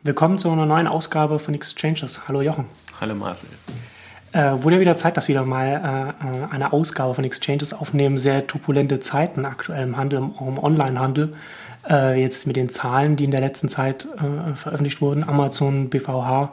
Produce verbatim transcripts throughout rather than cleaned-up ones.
Willkommen zu einer neuen Ausgabe von Exchanges. Hallo Jochen. Hallo Marcel. Äh, wurde ja wieder Zeit, dass wir wieder mal äh, eine Ausgabe von Exchanges aufnehmen. Sehr turbulente Zeiten aktuell im Handel, im, im Onlinehandel. Äh, jetzt mit den Zahlen, die in der letzten Zeit äh, veröffentlicht wurden, Amazon, B V H.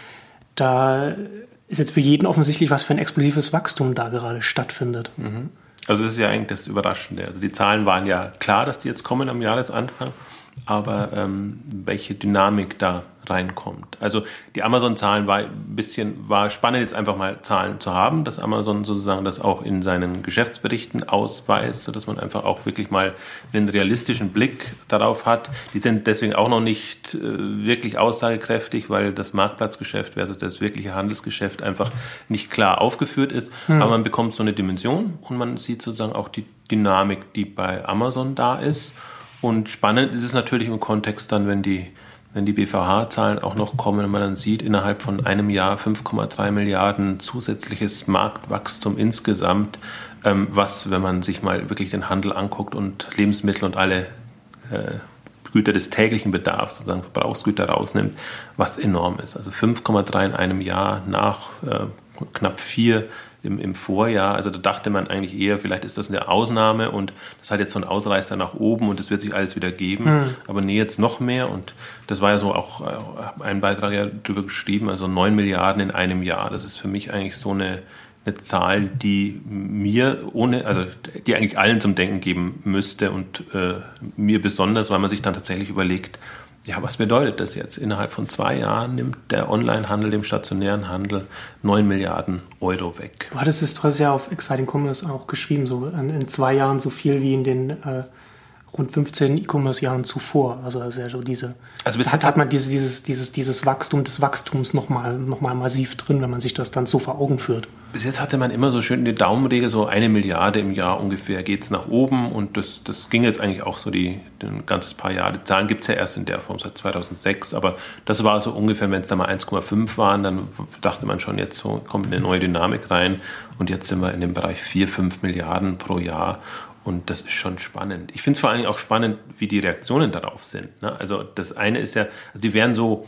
Da ist jetzt für jeden offensichtlich, was für ein explosives Wachstum da gerade stattfindet. Mhm. Also das ist ja eigentlich das Überraschende. Also die Zahlen waren ja klar, dass die jetzt kommen am Jahresanfang, aber ähm, welche Dynamik da reinkommt. Also die Amazon-Zahlen war ein bisschen, war spannend jetzt einfach mal Zahlen zu haben, dass Amazon sozusagen das auch in seinen Geschäftsberichten ausweist, sodass man einfach auch wirklich mal einen realistischen Blick darauf hat. Die sind deswegen auch noch nicht äh, wirklich aussagekräftig, weil das Marktplatzgeschäft versus das wirkliche Handelsgeschäft einfach nicht klar aufgeführt ist. Hm. Aber man bekommt so eine Dimension und man sieht sozusagen auch die Dynamik, die bei Amazon da ist. Und spannend ist es natürlich im Kontext dann, wenn die Wenn die B V H-Zahlen auch noch kommen und man dann sieht, innerhalb von einem Jahr fünf Komma drei Milliarden zusätzliches Marktwachstum insgesamt, ähm, was, wenn man sich mal wirklich den Handel anguckt und Lebensmittel und alle äh, Güter des täglichen Bedarfs, sozusagen Verbrauchsgüter rausnimmt, was enorm ist. Also fünf Komma drei in einem Jahr nach äh, knapp vier Im, im Vorjahr. Also da dachte man eigentlich eher, vielleicht ist das eine Ausnahme und das hat jetzt so ein Ausreißer nach oben und das wird sich alles wieder geben. Mhm. Aber nee, jetzt noch mehr und das war ja so auch ein Beitrag ja darüber geschrieben, also neun Milliarden in einem Jahr. Das ist für mich eigentlich so eine, eine Zahl, die mir ohne, also die eigentlich allen zum Denken geben müsste und äh, mir besonders, weil man sich dann tatsächlich überlegt, ja, was bedeutet das jetzt? Innerhalb von zwei Jahren nimmt der Onlinehandel dem stationären Handel neun Milliarden Euro weg. Du hattest es, du hast ja auf Exciting Commerce auch geschrieben, so in, in zwei Jahren so viel wie in den äh, rund fünfzehn E-Commerce-Jahren zuvor. Also das ist ja so diese, also bis hat, hat man diese, dieses, dieses, dieses Wachstum des Wachstums nochmal noch mal massiv drin, wenn man sich das dann so vor Augen führt. Bis jetzt hatte man immer so schön die Daumenregel, so eine Milliarde im Jahr ungefähr geht es nach oben und das, das ging jetzt eigentlich auch so die, ein ganzes paar Jahre. Die Zahlen gibt es ja erst in der Form seit zweitausendsechs, aber das war so ungefähr, wenn es da mal eins Komma fünf waren, dann dachte man schon, jetzt so kommt eine neue Dynamik rein und jetzt sind wir in dem Bereich vier, fünf Milliarden pro Jahr. Und das ist schon spannend. Ich finde es vor allen Dingen auch spannend, wie die Reaktionen darauf sind. Ne? Also das eine ist ja, also die werden so,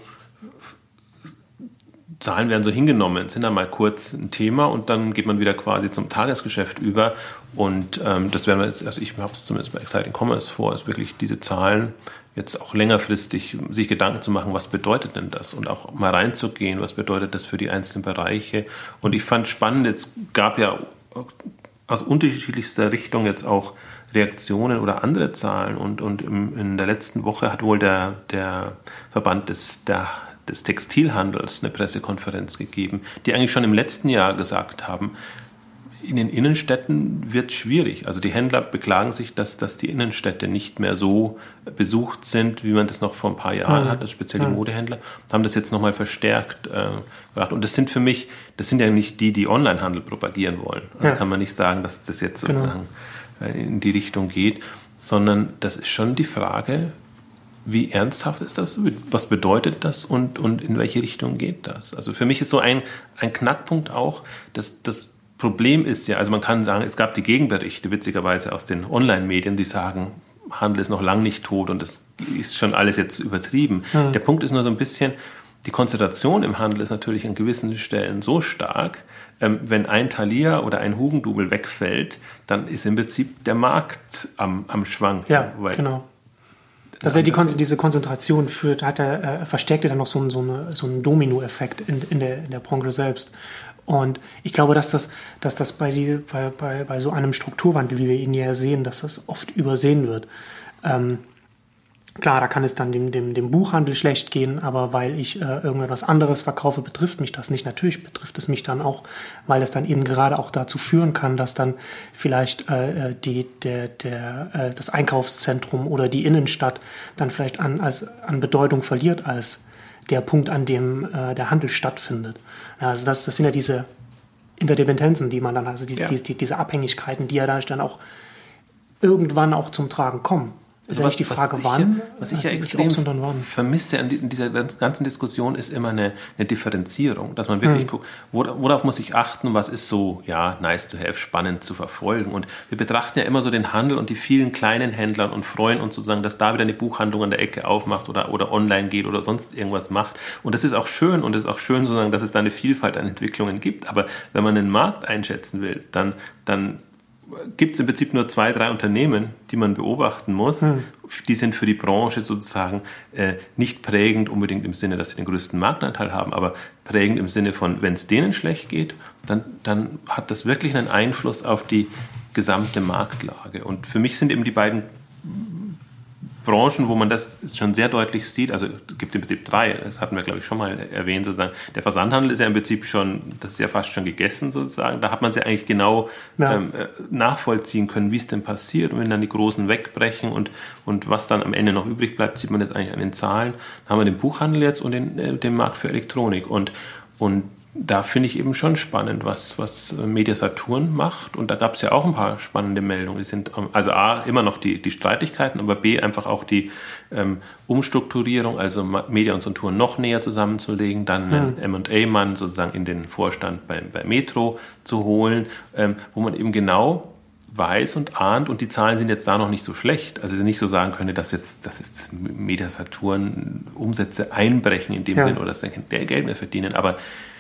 Zahlen werden so hingenommen, sind dann mal kurz ein Thema und dann geht man wieder quasi zum Tagesgeschäft über. Und ähm, das werden wir jetzt, also ich habe es zumindest bei Exciting Commerce vor, ist wirklich diese Zahlen jetzt auch längerfristig sich Gedanken zu machen, was bedeutet denn das? Und auch mal reinzugehen, was bedeutet das für die einzelnen Bereiche? Und ich fand spannend, es gab ja aus unterschiedlichster Richtung jetzt auch Reaktionen oder andere Zahlen. Und, und im, in der letzten Woche hat wohl der, der Verband des, der, des Textilhandels eine Pressekonferenz gegeben, die eigentlich schon im letzten Jahr gesagt haben, in den Innenstädten wird es schwierig. Also die Händler beklagen sich, dass, dass die Innenstädte nicht mehr so besucht sind, wie man das noch vor ein paar Jahren mhm. hat. Also speziell die Modehändler haben das jetzt nochmal verstärkt äh, gemacht. Und das sind für mich, das sind ja nicht die, die Onlinehandel propagieren wollen. Also ja. kann man nicht sagen, dass das jetzt sozusagen genau. in die Richtung geht, sondern das ist schon die Frage, wie ernsthaft ist das? Was bedeutet das und, und in welche Richtung geht das? Also für mich ist so ein, ein Knackpunkt auch, dass das Problem ist ja, also man kann sagen, es gab die Gegenberichte, witzigerweise aus den Online-Medien, die sagen, Handel ist noch lang nicht tot und das ist schon alles jetzt übertrieben. Mhm. Der Punkt ist nur so ein bisschen, die Konzentration im Handel ist natürlich an gewissen Stellen so stark, ähm, wenn ein Thalia oder ein Hugendubel wegfällt, dann ist im Prinzip der Markt am, am Schwanken. Ja, weil genau. Dass er die Kon- diese Konzentration führt, hat er, äh, verstärkt er dann noch so, so, eine, so einen Domino-Effekt in, in, der, in der Branche selbst. Und ich glaube, dass das, dass das bei, diese, bei, bei, bei so einem Strukturwandel, wie wir ihn ja sehen, dass das oft übersehen wird. Ähm, klar, da kann es dann dem, dem, dem Buchhandel schlecht gehen, aber weil ich äh, irgendetwas anderes verkaufe, betrifft mich das nicht. Natürlich betrifft es mich dann auch, weil es dann eben gerade auch dazu führen kann, dass dann vielleicht äh, die, der, der, äh, das Einkaufszentrum oder die Innenstadt dann vielleicht an, als, an Bedeutung verliert als der Punkt, an dem äh, der Handel stattfindet. Ja, also das, das sind ja diese Interdependenzen, die man dann, also die, ja. die, die, diese Abhängigkeiten, die ja dann auch irgendwann auch zum Tragen kommen. Ist ja nicht die Frage, was wann. Ich, was ich ja extrem vermisse an in dieser ganzen Diskussion, ist immer eine, eine Differenzierung, dass man wirklich hm. guckt, worauf muss ich achten, was ist so, ja, nice to have, spannend zu verfolgen. Und wir betrachten ja immer so den Handel und die vielen kleinen Händler und freuen uns sozusagen, dass da wieder eine Buchhandlung an der Ecke aufmacht oder, oder online geht oder sonst irgendwas macht. Und das ist auch schön und es ist auch schön sozusagen, dass es da eine Vielfalt an Entwicklungen gibt. Aber wenn man den Markt einschätzen will, dann, dann gibt es im Prinzip nur zwei, drei Unternehmen, die man beobachten muss. Hm. Die sind für die Branche sozusagen äh, nicht prägend unbedingt im Sinne, dass sie den größten Marktanteil haben, aber prägend im Sinne von, wenn es denen schlecht geht, dann, dann hat das wirklich einen Einfluss auf die gesamte Marktlage. Und für mich sind eben die beiden Branchen, wo man das schon sehr deutlich sieht, also es gibt im Prinzip drei, das hatten wir, glaube ich, schon mal erwähnt, sozusagen. Der Versandhandel ist ja im Prinzip schon, das ist ja fast schon gegessen sozusagen, da hat man es ja eigentlich genau ja. ähm, nachvollziehen können, wie es denn passiert, und wenn dann die Großen wegbrechen und, und was dann am Ende noch übrig bleibt, sieht man das eigentlich an den Zahlen. Da haben wir den Buchhandel jetzt und den, äh, den Markt für Elektronik, und, und da finde ich eben schon spannend, was, was Media-Saturn macht. Und da gab es ja auch ein paar spannende Meldungen. Die sind, also A, immer noch die, die Streitigkeiten, aber B, einfach auch die ähm, Umstrukturierung, also Media und Saturn noch näher zusammenzulegen, dann mhm. einen M und A-Mann sozusagen in den Vorstand bei, bei Metro zu holen, ähm, wo man eben genau weiß und ahnt, und die Zahlen sind jetzt da noch nicht so schlecht. Also nicht so sagen könnte, dass jetzt, dass jetzt Media Saturn Umsätze einbrechen in dem ja. Sinn oder dass sie kein Geld mehr verdienen, aber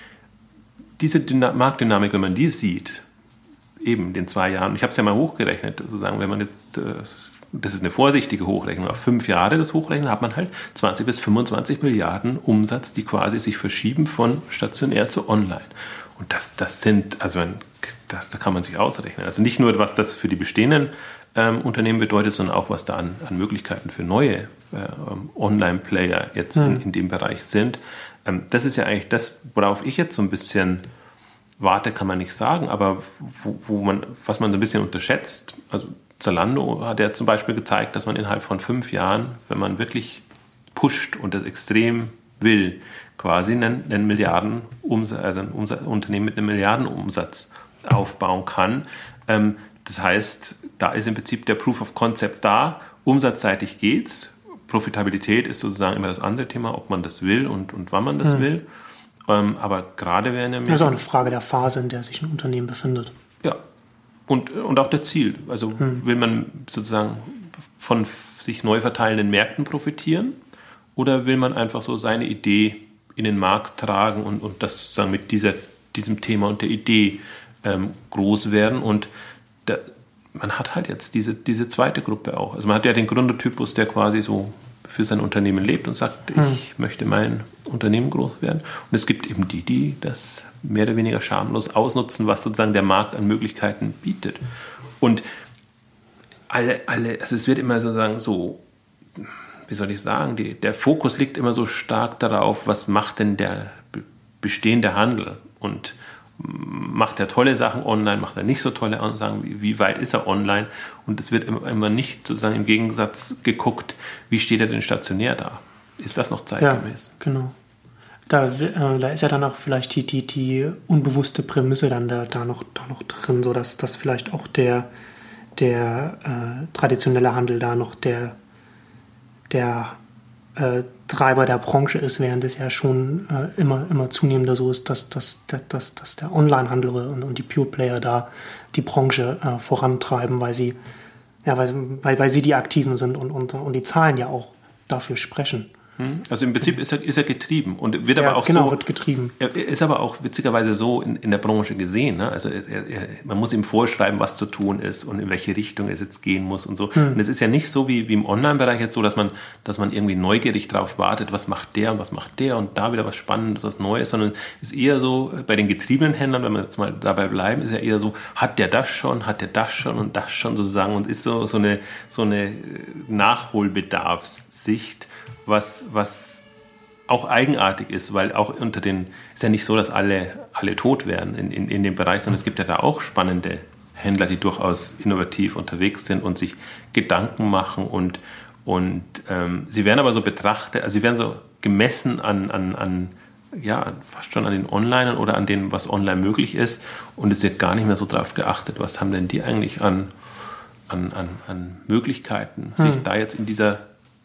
diese Dyna- Marktdynamik, wenn man die sieht, eben in den zwei Jahren, ich habe es ja mal hochgerechnet, sozusagen, wenn man jetzt, das ist eine vorsichtige Hochrechnung, auf fünf Jahre das hochrechnen, hat man halt zwanzig bis fünfundzwanzig Milliarden Umsatz, die quasi sich verschieben von stationär zu online. Und das, das sind, also ein, da, da kann man sich ausrechnen. Also nicht nur, was das für die bestehenden ähm, Unternehmen bedeutet, sondern auch, was da an, an Möglichkeiten für neue äh, Online-Player jetzt hm. in, in dem Bereich sind. Das ist ja eigentlich das, worauf ich jetzt so ein bisschen warte, kann man nicht sagen, aber wo, wo man, was man so ein bisschen unterschätzt. Also Zalando hat ja zum Beispiel gezeigt, dass man innerhalb von fünf Jahren, wenn man wirklich pusht und das extrem will, quasi einen, einen Milliardenumsatz, also ein Umsatz, Unternehmen mit einem Milliardenumsatz aufbauen kann. Das heißt, da ist im Prinzip der Proof of Concept da, umsatzseitig geht's. Profitabilität ist sozusagen immer das andere Thema, ob man das will und, und wann man das hm. will. Ähm, aber gerade wenn er... Das ist auch eine Frage der Phase, in der sich ein Unternehmen befindet. Ja, und, und auch der Ziel. Also hm. will man sozusagen von sich neu verteilenden Märkten profitieren, oder will man einfach so seine Idee in den Markt tragen und, und das sozusagen mit dieser, diesem Thema und der Idee ähm, groß werden? Und da, man hat halt jetzt diese, diese zweite Gruppe auch. Also man hat ja den Gründertypus, der quasi so für sein Unternehmen lebt und sagt, ich hm. möchte mein Unternehmen groß werden. Und es gibt eben die, die das mehr oder weniger schamlos ausnutzen, was sozusagen der Markt an Möglichkeiten bietet. Und alle, alle, also es wird immer sozusagen so, wie soll ich sagen, die, der Fokus liegt immer so stark darauf, was macht denn der bestehende Handel? Und macht er tolle Sachen online, macht er nicht so tolle Sachen, wie, wie weit ist er online? Und es wird immer, immer nicht sozusagen im Gegensatz geguckt, wie steht er denn stationär da? Ist das noch zeitgemäß? Ja, genau. Da, äh, da ist ja dann auch vielleicht die, die, die unbewusste Prämisse dann da, da, noch, da noch drin, sodass dass vielleicht auch der, der äh, traditionelle Handel da noch der, der äh, Treiber der Branche ist, während es ja schon äh, immer, immer zunehmender so ist, dass, dass, dass, dass der Onlinehandel und, und die Pure Player da die Branche äh, vorantreiben, weil sie, ja, weil, weil, weil sie die Aktiven sind und, und, und die Zahlen ja auch dafür sprechen. Also im Prinzip ist er, ist er getrieben und wird ja, aber auch genau, so. wird getrieben. Er ist aber auch witzigerweise so in, in der Branche gesehen. Ne? Also er, er, man muss ihm vorschreiben, was zu tun ist und in welche Richtung es jetzt gehen muss und so. Hm. Und es ist ja nicht so wie, wie im Online-Bereich jetzt so, dass man, dass man irgendwie neugierig drauf wartet, was macht der und was macht der und da wieder was Spannendes, was Neues, sondern es ist eher so, bei den getriebenen Händlern, wenn wir jetzt mal dabei bleiben, ist ja eher so, hat der das schon, hat der das schon und das schon sozusagen und ist so, so eine, so eine Nachholbedarfssicht, was, was auch eigenartig ist, weil auch unter den, ist ja nicht so, dass alle, alle tot werden in, in, in dem Bereich, sondern es gibt ja da auch spannende Händler, die durchaus innovativ unterwegs sind und sich Gedanken machen und, und ähm, sie werden aber so betrachtet, also sie werden so gemessen an, an, an ja, fast schon an den Onlinern oder an dem, was online möglich ist und es wird gar nicht mehr so drauf geachtet, was haben denn die eigentlich an an, an, an Möglichkeiten, hm. sich da jetzt in dieser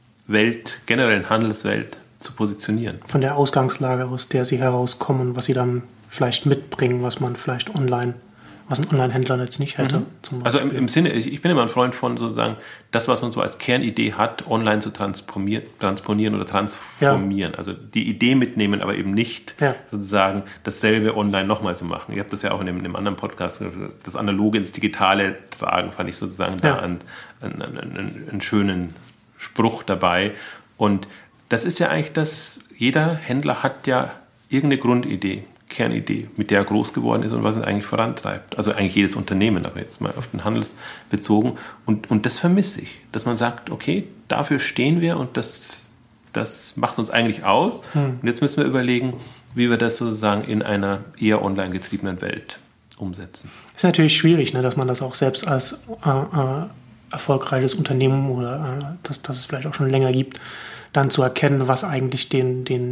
Welt, generellen Handelswelt zu positionieren. Von der Ausgangslage, aus der sie herauskommen, was sie dann vielleicht mitbringen, was man vielleicht online, was ein Online-Händler jetzt nicht hätte. Mhm. Zum also im, im Sinne, ich, ich bin immer ein Freund von sozusagen, das, was man so als Kernidee hat, online zu transponieren, transponieren oder transformieren. Ja. Also die Idee mitnehmen, aber eben nicht ja. sozusagen dasselbe online nochmal zu machen. Ihr habt das ja auch in dem, in dem anderen Podcast, das Analoge ins Digitale tragen, fand ich sozusagen ja. da einen, einen, einen, einen schönen Spruch dabei. Und das ist ja eigentlich das, jeder Händler hat ja irgendeine Grundidee, Kernidee, mit der er groß geworden ist und was es eigentlich vorantreibt. Also eigentlich jedes Unternehmen, aber jetzt mal auf den Handel bezogen. Und, und das vermisse ich, dass man sagt, okay, dafür stehen wir und das, das macht uns eigentlich aus. Hm. Und jetzt müssen wir überlegen, wie wir das sozusagen in einer eher online getriebenen Welt umsetzen. Ist natürlich schwierig, ne, dass man das auch selbst als äh, äh, erfolgreiches Unternehmen oder äh, dass, dass es vielleicht auch schon länger gibt, dann zu erkennen, was eigentlich den, den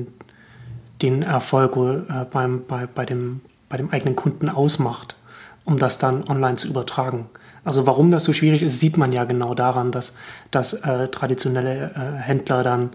den Erfolg äh, beim, bei, bei, dem, bei dem eigenen Kunden ausmacht, um das dann online zu übertragen. Also warum das so schwierig ist, sieht man ja genau daran, dass, dass äh, traditionelle äh, Händler dann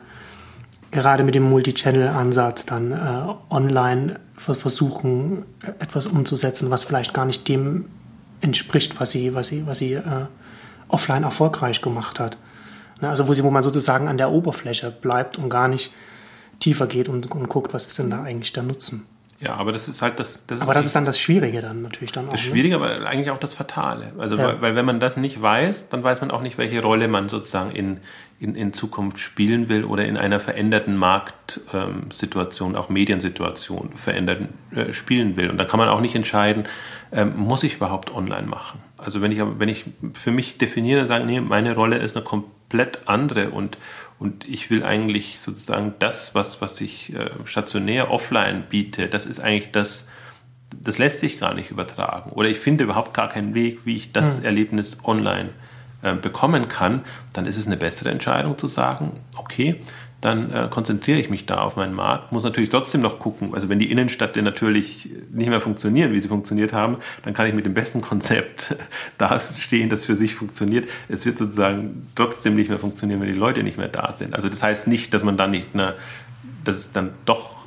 gerade mit dem Multi-Channel-Ansatz dann äh, online versuchen, etwas umzusetzen, was vielleicht gar nicht dem entspricht, was sie, was sie, was sie äh, offline erfolgreich gemacht hat. Ne? Also wo, sie, wo man sozusagen an der Oberfläche bleibt und gar nicht tiefer geht und, und guckt, was ist denn da eigentlich der Nutzen. Ja, aber das ist halt das... das aber ist das ist dann das Schwierige dann natürlich dann auch. Das Schwierige, ne? Aber eigentlich auch das Fatale. Also, ja. weil, weil wenn man das nicht weiß, dann weiß man auch nicht, welche Rolle man sozusagen in, in, in Zukunft spielen will oder in einer veränderten Marktsituation, ähm, auch Mediensituation verändert äh, spielen will. Und dann kann man auch nicht entscheiden, ähm, muss ich überhaupt online machen? Also wenn ich, wenn ich für mich definiere, sage, nee, meine Rolle ist eine komplett andere und Und ich will eigentlich sozusagen das, was, was ich äh, stationär offline biete, das ist eigentlich das, das lässt sich gar nicht übertragen. Oder ich finde überhaupt gar keinen Weg, wie ich das mhm. Erlebnis online äh, bekommen kann. Dann ist es eine bessere Entscheidung zu sagen, okay, dann äh, konzentriere ich mich da auf meinen Markt. Muss natürlich trotzdem noch gucken, also wenn die Innenstädte natürlich nicht mehr funktionieren, wie sie funktioniert haben, dann kann ich mit dem besten Konzept da stehen, das für sich funktioniert. Es wird sozusagen trotzdem nicht mehr funktionieren, wenn die Leute nicht mehr da sind. Also das heißt nicht, dass man dann nicht, eine, dass es dann doch,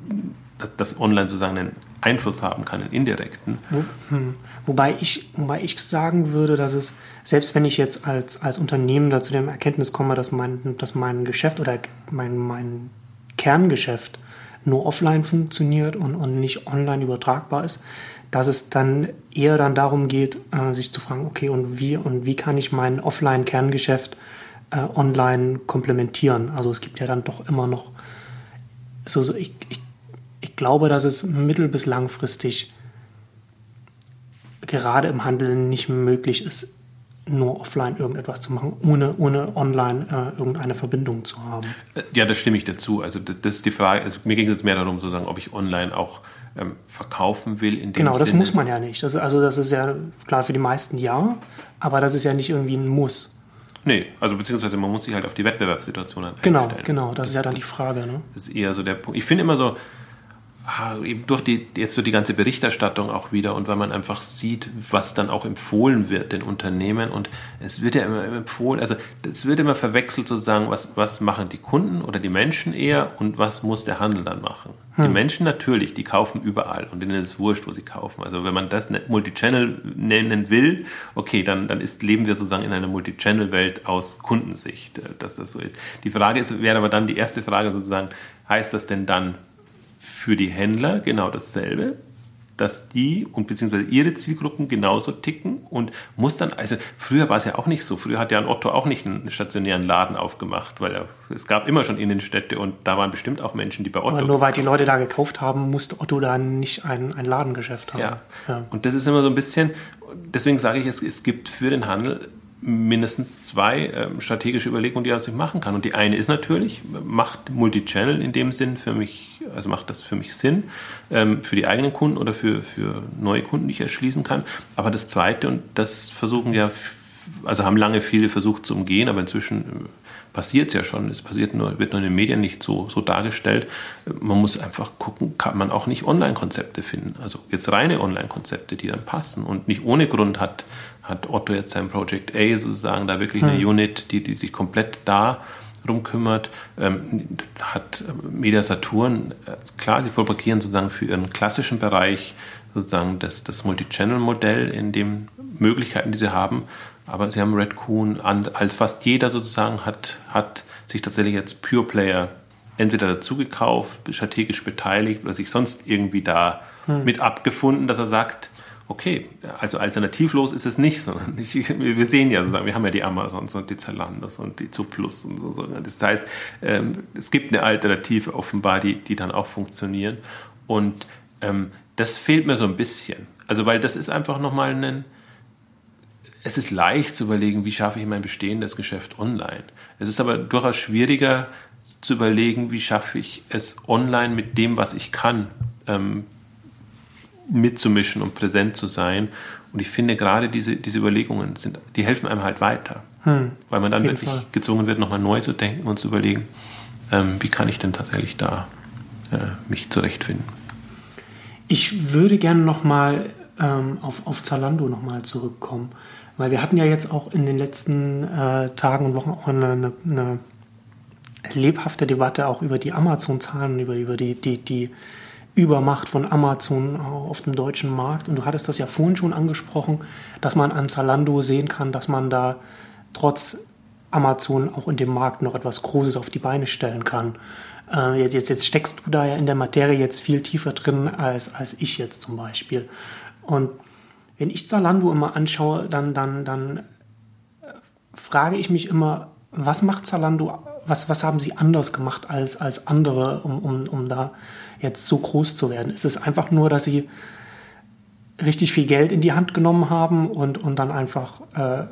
dass, dass online sozusagen einen Einfluss haben kann, einen indirekten. Hm. Wobei ich, wobei ich sagen würde, dass es, selbst wenn ich jetzt als, als Unternehmen da zu der Erkenntnis komme, dass mein, dass mein Geschäft oder mein, mein Kerngeschäft nur offline funktioniert und, und nicht online übertragbar ist, dass es dann eher dann darum geht, äh, sich zu fragen, okay, und wie, und wie kann ich mein Offline-Kerngeschäft äh, online komplementieren? Also es gibt ja dann doch immer noch, so, so ich, ich, ich glaube, dass es mittel- bis langfristig gerade im Handel nicht möglich ist, nur offline irgendetwas zu machen, ohne, ohne online äh, irgendeine Verbindung zu haben. Ja, das stimme ich dazu. Also das, das ist die Frage, also mir ging es mehr darum, zu sagen, ob ich online auch ähm, verkaufen will. In dem genau, das Sinne. Muss man ja nicht. Das, also das ist ja klar für die meisten ja, aber das ist ja nicht irgendwie ein Muss. Nee, also beziehungsweise man muss sich halt auf die Wettbewerbssituation einstellen. Genau, genau, das, das ist ja dann das, die Frage. Ne? Das ist eher so der Punkt. Ich finde immer so, eben durch die, jetzt so die ganze Berichterstattung auch wieder und weil man einfach sieht, was dann auch empfohlen wird den Unternehmen und es wird ja immer empfohlen, also es wird immer verwechselt sozusagen, was, was machen die Kunden oder die Menschen eher und was muss der Handel dann machen. Hm. Die Menschen natürlich, die kaufen überall und denen ist es wurscht, wo sie kaufen. Also wenn man das Multichannel nennen will, okay, dann, dann ist, leben wir sozusagen in einer Multichannel-Welt aus Kundensicht, dass das so ist. Die Frage ist, wäre aber dann die erste Frage sozusagen, heißt das denn dann für die Händler genau dasselbe, dass die und beziehungsweise ihre Zielgruppen genauso ticken und muss dann, also früher war es ja auch nicht so, früher hat ja ein Otto auch nicht einen stationären Laden aufgemacht, weil er, es gab immer schon Innenstädte und da waren bestimmt auch Menschen, die bei Otto... Aber nur weil die Leute da gekauft haben, musste Otto da nicht ein, ein Ladengeschäft haben. Ja. ja, und das ist immer so ein bisschen, deswegen sage ich, es, es gibt für den Handel mindestens zwei ähm, strategische Überlegungen, die er sich machen kann. Und die eine ist natürlich, macht Multichannel in dem Sinn für mich, also macht das für mich Sinn, ähm, für die eigenen Kunden oder für, für neue Kunden, die ich erschließen kann. Aber das zweite, und das versuchen ja, also haben lange viele versucht zu umgehen, aber inzwischen passiert es ja schon, es passiert nur, wird nur in den Medien nicht so, so dargestellt. Man muss einfach gucken, kann man auch nicht Online-Konzepte finden. Also jetzt reine Online-Konzepte, die dann passen und nicht ohne Grund hat hat Otto jetzt sein Project A sozusagen, da wirklich eine hm. Unit, die, die sich komplett da drum kümmert, ähm, hat Media Saturn, äh, klar, sie propagieren sozusagen für ihren klassischen Bereich sozusagen das, das Multi-Channel-Modell in den Möglichkeiten, die sie haben, aber sie haben Redcoon, an, als fast jeder sozusagen hat, hat sich tatsächlich als Pure Player entweder dazu gekauft, strategisch beteiligt oder sich sonst irgendwie da hm. mit abgefunden, dass er sagt, okay, also alternativlos ist es nicht, sondern ich, wir sehen ja sozusagen, wir haben ja die Amazons und die Zalandos und die Zooplus und so. Das heißt, ähm, es gibt eine Alternative offenbar, die, die dann auch funktionieren. Und ähm, das fehlt mir so ein bisschen. Also, weil das ist einfach nochmal ein, es ist leicht zu überlegen, wie schaffe ich mein bestehendes Geschäft online. Es ist aber durchaus schwieriger zu überlegen, wie schaffe ich es online mit dem, was ich kann, ähm, mitzumischen und präsent zu sein. Und ich finde gerade diese, diese Überlegungen, sind, die helfen einem halt weiter. Hm, weil man dann wirklich Fall. gezwungen wird, nochmal neu zu denken und zu überlegen, ähm, wie kann ich denn tatsächlich da äh, mich zurechtfinden. Ich würde gerne nochmal ähm, auf, auf Zalando nochmal zurückkommen, weil wir hatten ja jetzt auch in den letzten äh, Tagen und Wochen auch eine, eine, eine lebhafte Debatte auch über die Amazon-Zahlen, über, über die, die, die Übermacht von Amazon auf dem deutschen Markt. Und du hattest das ja vorhin schon angesprochen, dass man an Zalando sehen kann, dass man da trotz Amazon auch in dem Markt noch etwas Großes auf die Beine stellen kann. Äh, jetzt, jetzt, jetzt steckst du da ja in der Materie jetzt viel tiefer drin als, als ich jetzt zum Beispiel. Und wenn ich Zalando immer anschaue, dann, dann, dann frage ich mich immer, was macht Zalando, was, was haben sie anders gemacht als, als andere, um, um, um da jetzt so groß zu werden? Ist es einfach nur, dass sie richtig viel Geld in die Hand genommen haben und, und dann einfach äh,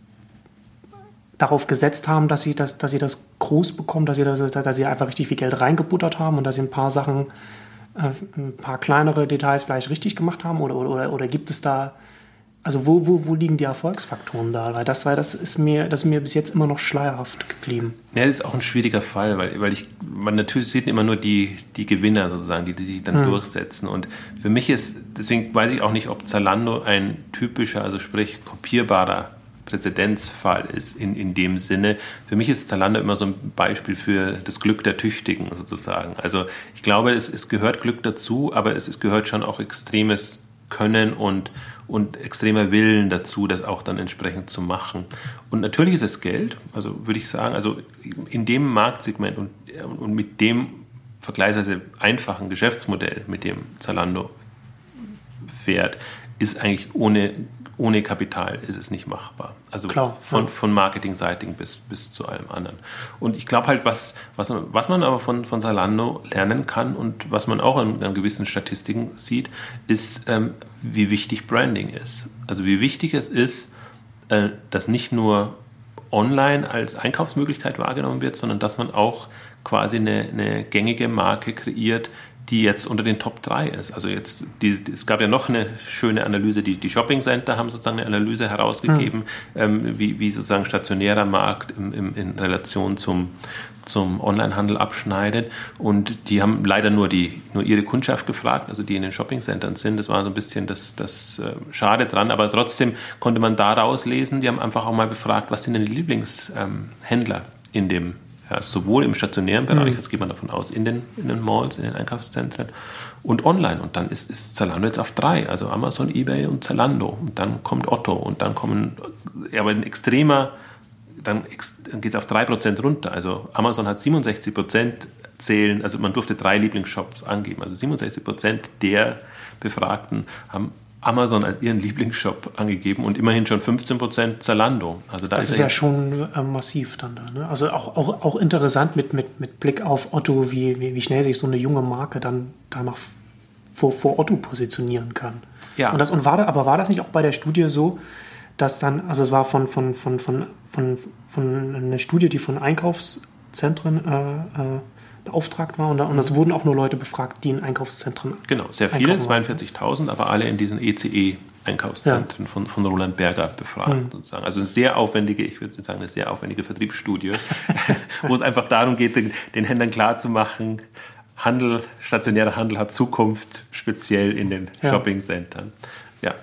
darauf gesetzt haben, dass sie das, dass sie das groß bekommen, dass sie, das, dass sie einfach richtig viel Geld reingebuttert haben und dass sie ein paar Sachen, äh, ein paar kleinere Details vielleicht richtig gemacht haben? Oder, oder, oder gibt es da, also wo, wo, wo liegen die Erfolgsfaktoren da? Weil das, weil das ist mir, das ist mir bis jetzt immer noch schleierhaft geblieben. Ja, das ist auch ein schwieriger Fall, weil, weil ich, man natürlich sieht immer nur die, die Gewinner sozusagen, die, die sich dann hm. durchsetzen. Und für mich ist, deswegen weiß ich auch nicht, ob Zalando ein typischer, also sprich kopierbarer Präzedenzfall ist in, in dem Sinne. Für mich ist Zalando immer so ein Beispiel für das Glück der Tüchtigen sozusagen. Also ich glaube, es, es gehört Glück dazu, aber es, es gehört schon auch extremes Können und, und extremer Willen dazu, das auch dann entsprechend zu machen. Und natürlich ist es Geld, also würde ich sagen, also in dem Marktsegment und, und mit dem vergleichsweise einfachen Geschäftsmodell, mit dem Zalando fährt, ist eigentlich ohne, ohne Kapital ist es nicht machbar. Also Klar, von, ja. von Marketingseitigen bis, bis zu allem anderen. Und ich glaube halt, was, was, was man aber von, von Zalando lernen kann und was man auch an, an gewissen Statistiken sieht, ist, ähm, wie wichtig Branding ist. Also wie wichtig es ist, äh, dass nicht nur online als Einkaufsmöglichkeit wahrgenommen wird, sondern dass man auch quasi eine, eine gängige Marke kreiert, die jetzt unter den Top drei ist. Also jetzt, die, es gab ja noch eine schöne Analyse, die, die Shopping Center haben sozusagen eine Analyse herausgegeben, hm. ähm, wie, wie sozusagen stationärer Markt im, im, in Relation zum, zum Onlinehandel abschneidet. Und die haben leider nur, die, nur ihre Kundschaft gefragt, also die in den Shopping Centern sind. Das war so ein bisschen das, das äh, Schade dran, aber trotzdem konnte man daraus lesen, die haben einfach auch mal befragt, was sind denn die Lieblingshändler ähm, in dem Ja, sowohl im stationären Bereich, jetzt geht man davon aus, in den, in den Malls, in den Einkaufszentren und online. Und dann ist, ist Zalando jetzt auf drei, also Amazon, eBay und Zalando. Und dann kommt Otto und dann kommen, ja, aber ein extremer, dann, dann geht es auf drei Prozent runter. Also Amazon hat siebenundsechzig Prozent zählen, also man durfte drei Lieblingsshops angeben. Also siebenundsechzig Prozent der Befragten haben Amazon als ihren Lieblingsshop angegeben und immerhin schon fünfzehn Prozent Zalando. Also da das ist, ist ja schon äh, massiv dann da. Ne? Also auch, auch, auch interessant mit, mit, mit Blick auf Otto, wie, wie, wie schnell sich so eine junge Marke dann danach vor, vor Otto positionieren kann. Ja. Und das, und war da, aber war das nicht auch bei der Studie so, dass dann, also es war von, von, von, von, von, von einer Studie, die von Einkaufszentren äh, äh, beauftragt war und, und es wurden auch nur Leute befragt, die in Einkaufszentren Genau, sehr viele, zweiundvierzigtausend, aber alle in diesen E C E-Einkaufszentren ja. von, von Roland Berger befragt mhm. sozusagen. Also eine sehr aufwendige, ich würde sagen, eine sehr aufwendige Vertriebsstudie, wo es einfach darum geht, den, den Händlern klarzumachen, Handel, stationärer Handel hat Zukunft, speziell in den ja. Shoppingcentern. Ja.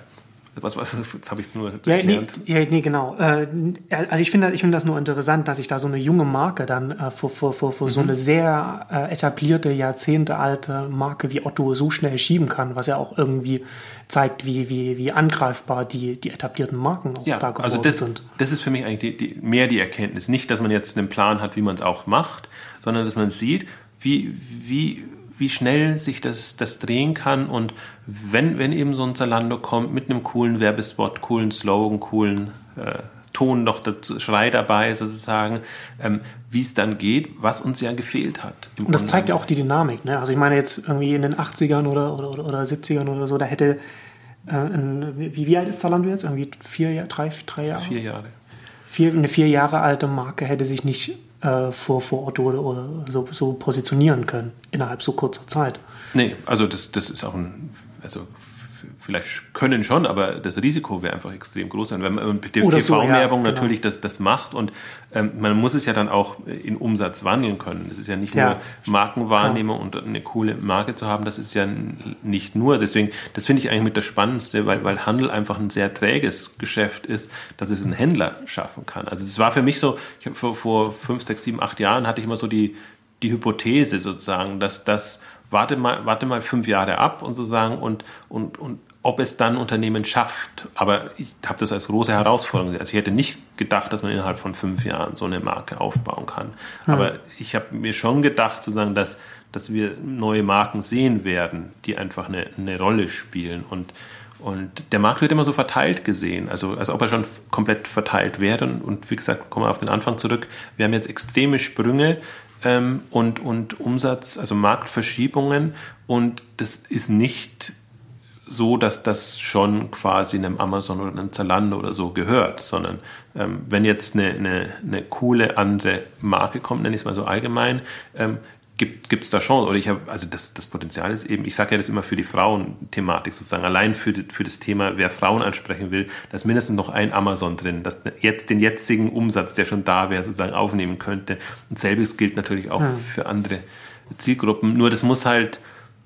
Was, was, jetzt habe ich es nur ja, gelernt. Nee, ja, nee, genau. Äh, also ich finde ich finde das nur interessant, dass sich da so eine junge Marke dann äh, vor, vor, vor, vor mhm. so eine sehr äh, etablierte, jahrzehntealte Marke wie Otto so schnell schieben kann, was ja auch irgendwie zeigt, wie, wie, wie angreifbar die, die etablierten Marken auch ja, da geworden also das, sind. Das ist für mich eigentlich die, die, mehr die Erkenntnis. Nicht, dass man jetzt einen Plan hat, wie man es auch macht, sondern dass man sieht, wie, wie wie schnell sich das, das drehen kann und wenn, wenn eben so ein Zalando kommt mit einem coolen Werbespot, coolen Slogan, coolen äh, Ton noch dazu, Schrei dabei sozusagen, ähm, wie es dann geht, was uns ja gefehlt hat. Und das zeigt ja auch die Dynamik. Ne? Also ich meine jetzt irgendwie in den achtzigern oder, oder, oder siebzigern oder so, da hätte, äh, ein, wie, wie alt ist Zalando jetzt? Irgendwie vier, drei, drei Jahre? Vier Jahre. Vier, eine vier Jahre alte Marke hätte sich nicht äh, vor, vor Otto oder, oder so, so positionieren können innerhalb so kurzer Zeit. Nee, also das, das ist auch ein, also vielleicht können schon, aber das Risiko wäre einfach extrem groß. Und wenn man mit der T V-Werbung so, ja, natürlich genau. das, das macht und ähm, man muss es ja dann auch in Umsatz wandeln können. Es ist ja nicht ja, nur Markenwahrnehmung klar. und eine coole Marke zu haben, das ist ja nicht nur. Deswegen, das finde ich eigentlich mit das Spannendste, weil, weil Handel einfach ein sehr träges Geschäft ist, dass es ein Händler schaffen kann. Also das war für mich so, ich habe vor, vor fünf, sechs, sieben, acht Jahren hatte ich immer so die, die Hypothese sozusagen, dass das warte mal, warte mal fünf Jahre ab und sozusagen und, und, und ob es dann Unternehmen schafft. Aber ich habe das als große Herausforderung. Also ich hätte nicht gedacht, dass man innerhalb von fünf Jahren so eine Marke aufbauen kann. Mhm. Aber ich habe mir schon gedacht, sozusagen, dass, dass wir neue Marken sehen werden, die einfach eine, eine Rolle spielen. Und, und der Markt wird immer so verteilt gesehen, also als ob er schon komplett verteilt wäre. Und, und wie gesagt, kommen wir auf den Anfang zurück. Wir haben jetzt extreme Sprünge ähm, und, und Umsatz, also Marktverschiebungen. Und das ist nicht so, dass das schon quasi einem Amazon oder einem Zalando oder so gehört, sondern ähm, wenn jetzt eine, eine, eine coole andere Marke kommt, nenne ich es mal so allgemein, ähm, gibt es da Chancen. Oder ich habe, also das, das Potenzial ist eben, ich sage ja das immer für die Frauenthematik sozusagen, allein für, die, für das Thema, wer Frauen ansprechen will, da ist mindestens noch ein Amazon drin, das jetzt den jetzigen Umsatz, der schon da wäre, sozusagen aufnehmen könnte. Und selbiges gilt natürlich auch ja. für andere Zielgruppen. Nur das muss halt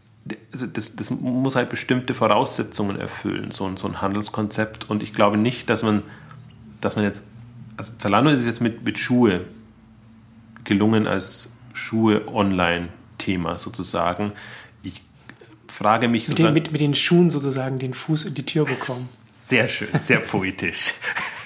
Das, das muss halt bestimmte Voraussetzungen erfüllen, so ein, so ein Handelskonzept. Und ich glaube nicht, dass man, dass man jetzt, also Zalando ist es jetzt mit, mit Schuhe gelungen als Schuhe-Online-Thema sozusagen. Ich frage mich mit den, mit, mit den Schuhen sozusagen den Fuß in die Tür bekommen. Sehr schön, sehr poetisch.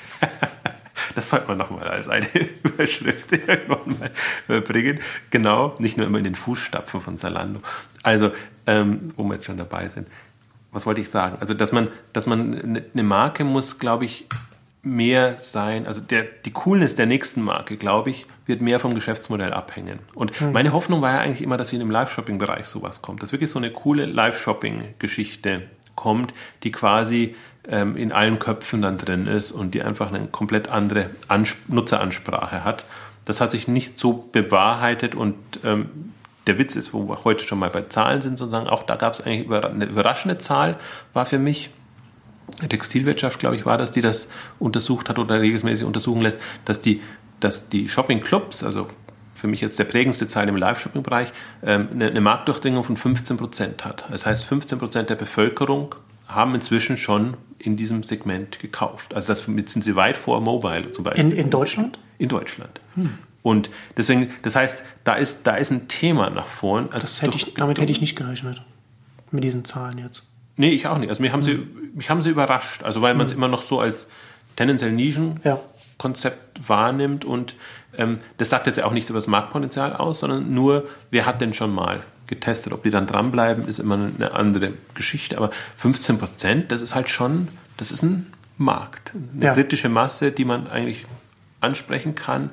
Das sollte man nochmal als eine Überschrift irgendwann mal bringen. Genau, nicht nur immer in den Fußstapfen von Zalando. Also, ähm, wo wir jetzt schon dabei sind. Was wollte ich sagen? Also, dass man, dass man eine Marke muss, glaube ich, mehr sein. Also, der, die Coolness der nächsten Marke, glaube ich, wird mehr vom Geschäftsmodell abhängen. Und hm. meine Hoffnung war ja eigentlich immer, dass in dem Live-Shopping-Bereich sowas kommt. Dass wirklich so eine coole Live-Shopping-Geschichte kommt, die quasi ähm, in allen Köpfen dann drin ist und die einfach eine komplett andere Ans- Nutzeransprache hat. Das hat sich nicht so bewahrheitet und ähm, der Witz ist, wo wir heute schon mal bei Zahlen sind, sozusagen, auch da gab es eigentlich eine überraschende Zahl, war für mich, die Textilwirtschaft, glaube ich, war das, die das untersucht hat oder regelmäßig untersuchen lässt, dass die, dass die Shopping-Clubs, also für mich jetzt der prägendste Zahl im Live-Shopping-Bereich, ähm, eine, eine Marktdurchdringung von fünfzehn Prozent hat. Das heißt, fünfzehn Prozent der Bevölkerung haben inzwischen schon in diesem Segment gekauft. Also das, jetzt sind sie weit vor Mobile zum Beispiel. In, in Deutschland? In Deutschland. Hm. Und deswegen, das heißt, da ist, da ist ein Thema nach vorn. Also das hätte ich, damit hätte ich nicht gerechnet, mit diesen Zahlen jetzt. Nee, ich auch nicht. Also mich haben, hm. sie, mich haben sie überrascht. Also weil man es hm. immer noch so als tendenziell Nischenkonzept ja. wahrnimmt und ähm, das sagt jetzt ja auch nichts über das Marktpotenzial aus, sondern nur, wer hat denn schon mal getestet. Ob die dann dranbleiben, ist immer eine andere Geschichte. Aber fünfzehn Prozent, das ist halt schon, das ist ein Markt. Eine ja. kritische Masse, die man eigentlich ansprechen kann.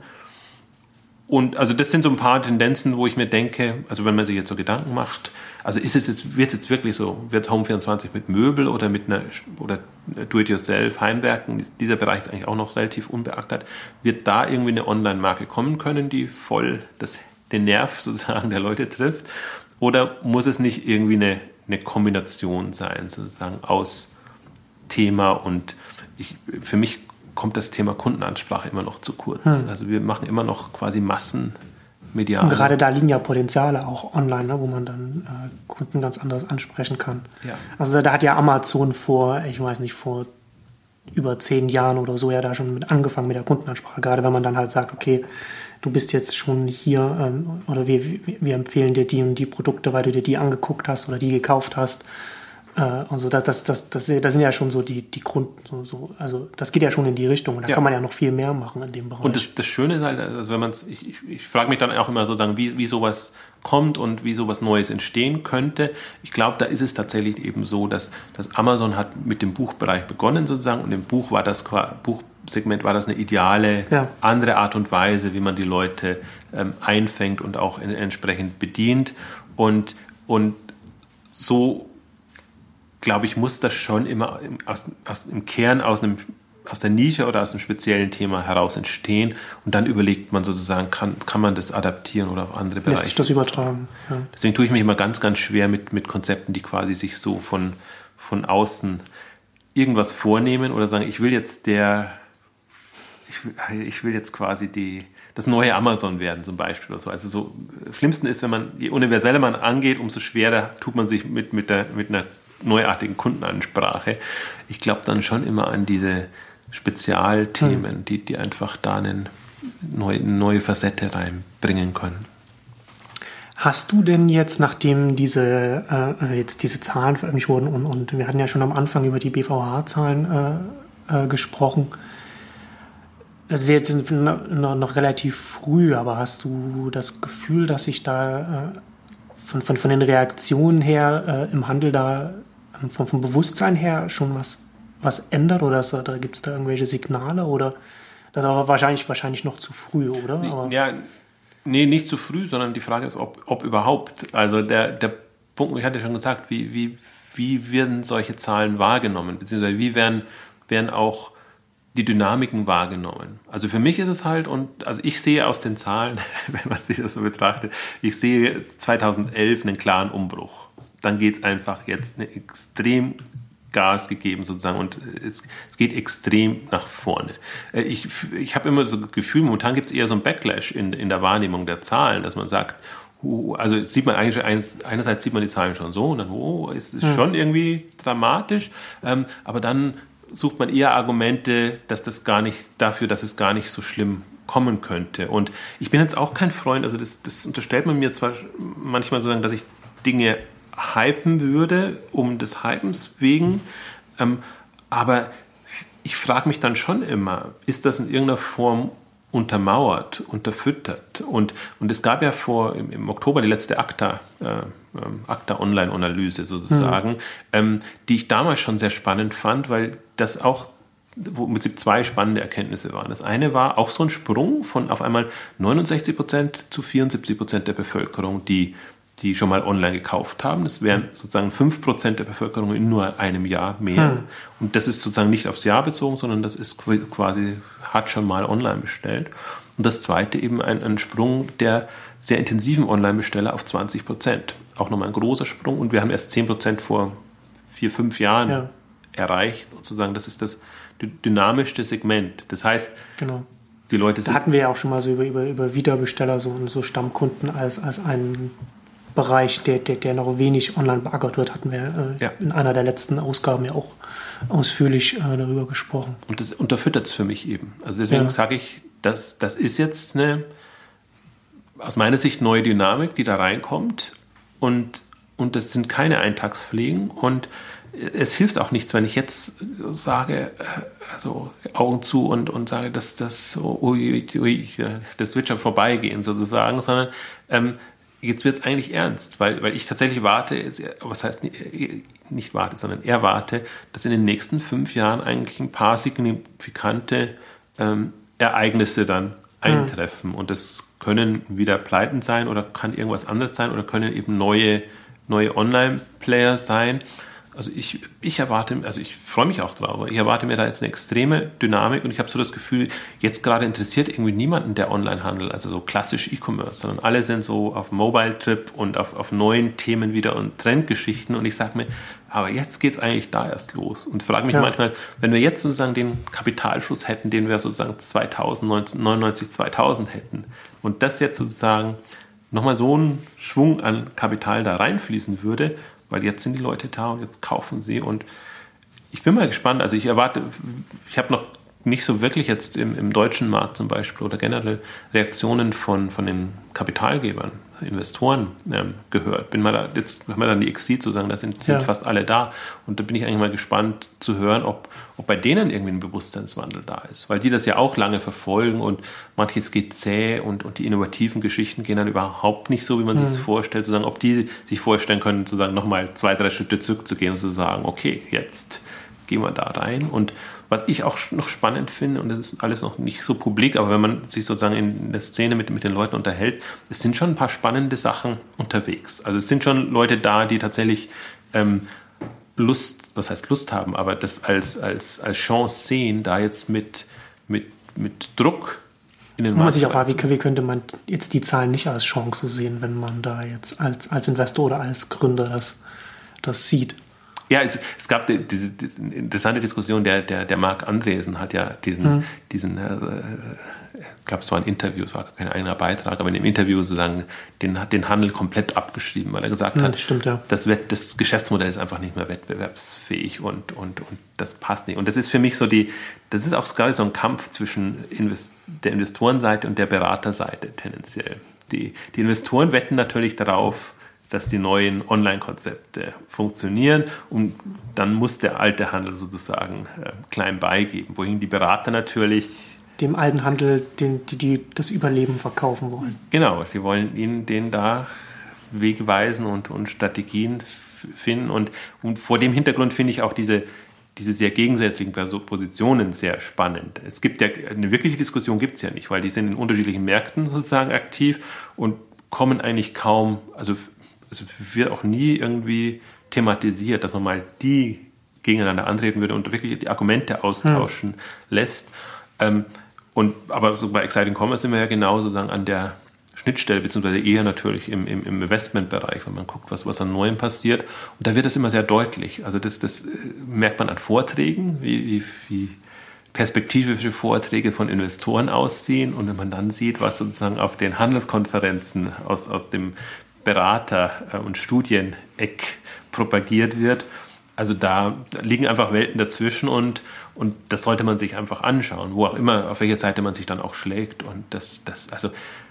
Und also das sind so ein paar Tendenzen, wo ich mir denke, also wenn man sich jetzt so Gedanken macht, also ist es jetzt, wird es jetzt wirklich so, wird Home vierundzwanzig mit Möbel oder mit einer oder Do-it-yourself, Heimwerken, dieser Bereich ist eigentlich auch noch relativ unbeackert, wird da irgendwie eine Online-Marke kommen können, die voll das, den Nerv sozusagen der Leute trifft? Oder muss es nicht irgendwie eine, eine Kombination sein, sozusagen aus Thema und ich, für mich kommt das Thema Kundenansprache immer noch zu kurz. Hm. Also wir machen immer noch quasi Massen medial. Und gerade da liegen ja Potenziale auch online, ne, wo man dann äh, Kunden ganz anders ansprechen kann. Ja. Also da, da hat ja Amazon vor, ich weiß nicht, vor über zehn Jahren oder so ja da schon mit angefangen mit der Kundenansprache. Gerade wenn man dann halt sagt, okay, du bist jetzt schon hier ähm, oder wir, wir empfehlen dir die und die Produkte, weil du dir die angeguckt hast oder die gekauft hast. Äh, also das, das, das, das, das sind ja schon so die, die Grund, so, so, also das geht ja schon in die Richtung und da ja. kann man ja noch viel mehr machen in dem Bereich. Und das, das Schöne ist halt, also wenn man ich, ich, ich frage mich dann auch immer sozusagen, wie, wie sowas kommt und wie sowas Neues entstehen könnte. Ich glaube, da ist es tatsächlich eben so, dass, dass Amazon hat mit dem Buchbereich begonnen sozusagen und im Buch war das Buchsegment war das eine ideale ja. andere Art und Weise, wie man die Leute ähm, einfängt und auch in, entsprechend bedient und, und so glaube ich, muss das schon immer im, aus, aus, im Kern aus einem aus der Nische oder aus einem speziellen Thema heraus entstehen und dann überlegt man sozusagen, kann, kann man das adaptieren oder auf andere Bereiche. Lässt sich das übertragen. Ja. Deswegen tue ich mich immer ganz, ganz schwer mit, mit Konzepten, die quasi sich so von, von außen irgendwas vornehmen oder sagen, ich will jetzt der, ich will, ich will jetzt quasi die, das neue Amazon werden zum Beispiel oder so. Also so, am schlimmsten ist, wenn man, je universeller man angeht, umso schwerer tut man sich mit, mit, der, mit einer neuartigen Kundenansprache. Ich glaube dann schon immer an diese Spezialthemen, hm. die, die einfach da eine neue, neue Facette reinbringen können. Hast du denn jetzt, nachdem diese, äh, jetzt diese Zahlen veröffentlicht wurden und, und wir hatten ja schon am Anfang über die B V H-Zahlen äh, äh, gesprochen, das ist jetzt noch, noch relativ früh, aber hast du das Gefühl, dass sich da äh, von, von, von den Reaktionen her äh, im Handel da äh, vom, vom Bewusstsein her schon was was ändert oder ist, da gibt es da irgendwelche Signale oder das ist aber wahrscheinlich, wahrscheinlich noch zu früh, oder? Aber ja, nee, nicht zu früh, sondern die Frage ist, ob, ob überhaupt. Also der, der Punkt, ich hatte ja schon gesagt, wie, wie, wie werden solche Zahlen wahrgenommen, beziehungsweise wie werden, werden auch die Dynamiken wahrgenommen. Also für mich ist es halt, und also ich sehe aus den Zahlen, wenn man sich das so betrachtet, ich sehe zweitausendelf einen klaren Umbruch. Dann geht es einfach jetzt eine extrem Gas gegeben sozusagen und es, es geht extrem nach vorne. Ich, ich habe immer so das Gefühl, momentan gibt es eher so einen Backlash in, in der Wahrnehmung der Zahlen, dass man sagt, also sieht man eigentlich, einerseits sieht man die Zahlen schon so und dann, oh, es ist schon irgendwie dramatisch, aber dann sucht man eher Argumente, dass das gar nicht, dafür, dass es gar nicht so schlimm kommen könnte. Und ich bin jetzt auch kein Freund, also das, das unterstellt man mir zwar manchmal so, dass ich Dinge hypen würde, um des Hypens wegen. Ähm, aber ich frage mich dann schon immer, ist das in irgendeiner Form untermauert, unterfüttert? Und, und es gab ja vor im, im Oktober die letzte ACTA, äh, ACTA Online-Analyse sozusagen, mhm. ähm, die ich damals schon sehr spannend fand, weil das auch wo im Prinzip zwei spannende Erkenntnisse waren. Das eine war auch so ein Sprung von auf einmal neunundsechzig Prozent zu vierundsiebzig Prozent der Bevölkerung, die die schon mal online gekauft haben. Das wären sozusagen fünf Prozent der Bevölkerung in nur einem Jahr mehr. Hm. Und das ist sozusagen nicht aufs Jahr bezogen, sondern das ist quasi, hat schon mal online bestellt. Und das zweite eben ein, ein Sprung der sehr intensiven Online-Besteller auf zwanzig Prozent. Auch nochmal ein großer Sprung. Und wir haben erst zehn Prozent vor vier, fünf Jahren ja. erreicht. Sozusagen, das ist das dynamischste Segment. Das heißt, genau. die Leute sind... Da hatten wir ja auch schon mal so über, über, über Wiederbesteller, so, so Stammkunden als, als einen Bereich, der, der, der noch wenig online beackert wird, hatten wir äh, ja. in einer der letzten Ausgaben ja auch ausführlich äh, darüber gesprochen. Und das unterfüttert es für mich eben. Also deswegen ja. sage ich, das, das ist jetzt eine, aus meiner Sicht, neue Dynamik, die da reinkommt und, und das sind keine Eintagspflegen und es hilft auch nichts, wenn ich jetzt sage, also Augen zu und, und sage, dass das, ui, ui, das wird schon vorbeigehen sozusagen, sondern ähm, jetzt wird es eigentlich ernst, weil, weil ich tatsächlich warte, was heißt nicht warte, sondern erwarte, dass in den nächsten fünf Jahren eigentlich ein paar signifikante ähm, Ereignisse dann eintreffen. Mhm. Und das können wieder Pleiten sein oder kann irgendwas anderes sein oder können eben neue, neue Online-Player sein. Also ich, ich erwarte, also ich freue mich auch drauf, ich erwarte mir da jetzt eine extreme Dynamik und ich habe so das Gefühl, jetzt gerade interessiert irgendwie niemanden der Onlinehandel, also so klassisch E-Commerce, sondern alle sind so auf Mobile-Trip und auf, auf neuen Themen wieder und Trendgeschichten und ich sage mir, aber jetzt geht es eigentlich da erst los und frage mich ja. manchmal, wenn wir jetzt sozusagen den Kapitalfluss hätten, den wir sozusagen zweitausend, neunzehnhundertneunundneunzig, zweitausend hätten und das jetzt sozusagen nochmal so ein Schwung an Kapital da reinfließen würde, weil jetzt sind die Leute da und jetzt kaufen sie und ich bin mal gespannt, also ich erwarte, ich habe noch nicht so wirklich jetzt im, im deutschen Markt zum Beispiel oder generell Reaktionen von, von den Kapitalgebern, Investoren ähm, gehört. Bin mal da, jetzt haben wir dann die Exit zu sagen, da sind, sind ja. fast alle da und da bin ich eigentlich mal gespannt zu hören, ob, ob bei denen irgendwie ein Bewusstseinswandel da ist, weil die das ja auch lange verfolgen und manches geht zäh und, und die innovativen Geschichten gehen dann überhaupt nicht so, wie man mhm. sich es vorstellt, zu sagen, ob die sich vorstellen können, zu sagen, nochmal zwei, drei Schritte zurückzugehen und zu sagen, okay, jetzt gehen wir da rein und was ich auch noch spannend finde, und das ist alles noch nicht so publik, aber wenn man sich sozusagen in der Szene mit, mit den Leuten unterhält, es sind schon ein paar spannende Sachen unterwegs. Also es sind schon Leute da, die tatsächlich ähm, Lust, was heißt Lust haben, aber das als, als, als Chance sehen, da jetzt mit, mit, mit Druck in den Markt. Man sich auch fragt, wie, wie könnte man jetzt die Zahlen nicht als Chance sehen, wenn man da jetzt als, als Investor oder als Gründer das, das sieht? Ja, es, es gab die, diese, diese interessante Diskussion, der, der, der Marc Andresen hat ja diesen, mhm. diesen äh, ich glaube, es war ein Interview, es war kein eigener Beitrag, aber in dem Interview sozusagen den, den Handel komplett abgeschrieben, weil er gesagt mhm, hat, stimmt, ja. das, das Geschäftsmodell ist einfach nicht mehr wettbewerbsfähig und, und, und das passt nicht. Und das ist für mich so die, das ist auch gerade so ein Kampf zwischen Invest, der Investorenseite und der Beraterseite tendenziell. Die, die Investoren wetten natürlich darauf, dass die neuen Online-Konzepte funktionieren und dann muss der alte Handel sozusagen äh, klein beigeben, wohin die Berater natürlich dem alten Handel den, die, die das Überleben verkaufen wollen. Genau, sie wollen ihnen den da Wege weisen und, und Strategien f- finden und, und vor dem Hintergrund finde ich auch diese, diese sehr gegensätzlichen Positionen sehr spannend. Es gibt ja, eine wirkliche Diskussion gibt es ja nicht, weil die sind in unterschiedlichen Märkten sozusagen aktiv und kommen eigentlich kaum, also es wird auch nie irgendwie thematisiert, dass man mal die gegeneinander antreten würde und wirklich die Argumente austauschen hm. lässt. Ähm, und, aber so bei Exciting Commerce sind wir ja genau sozusagen an der Schnittstelle, beziehungsweise eher natürlich im, im, im Investmentbereich, wenn man guckt, was, was an Neuem passiert. Und da wird das immer sehr deutlich. Also das, das merkt man an Vorträgen, wie, wie, wie perspektivische Vorträge von Investoren aussehen. Und wenn man dann sieht, was sozusagen auf den Handelskonferenzen aus, aus dem Berater- und Studieneck propagiert wird. Also da liegen einfach Welten dazwischen und, und das sollte man sich einfach anschauen, wo auch immer, auf welcher Seite man sich dann auch schlägt. Und das, das also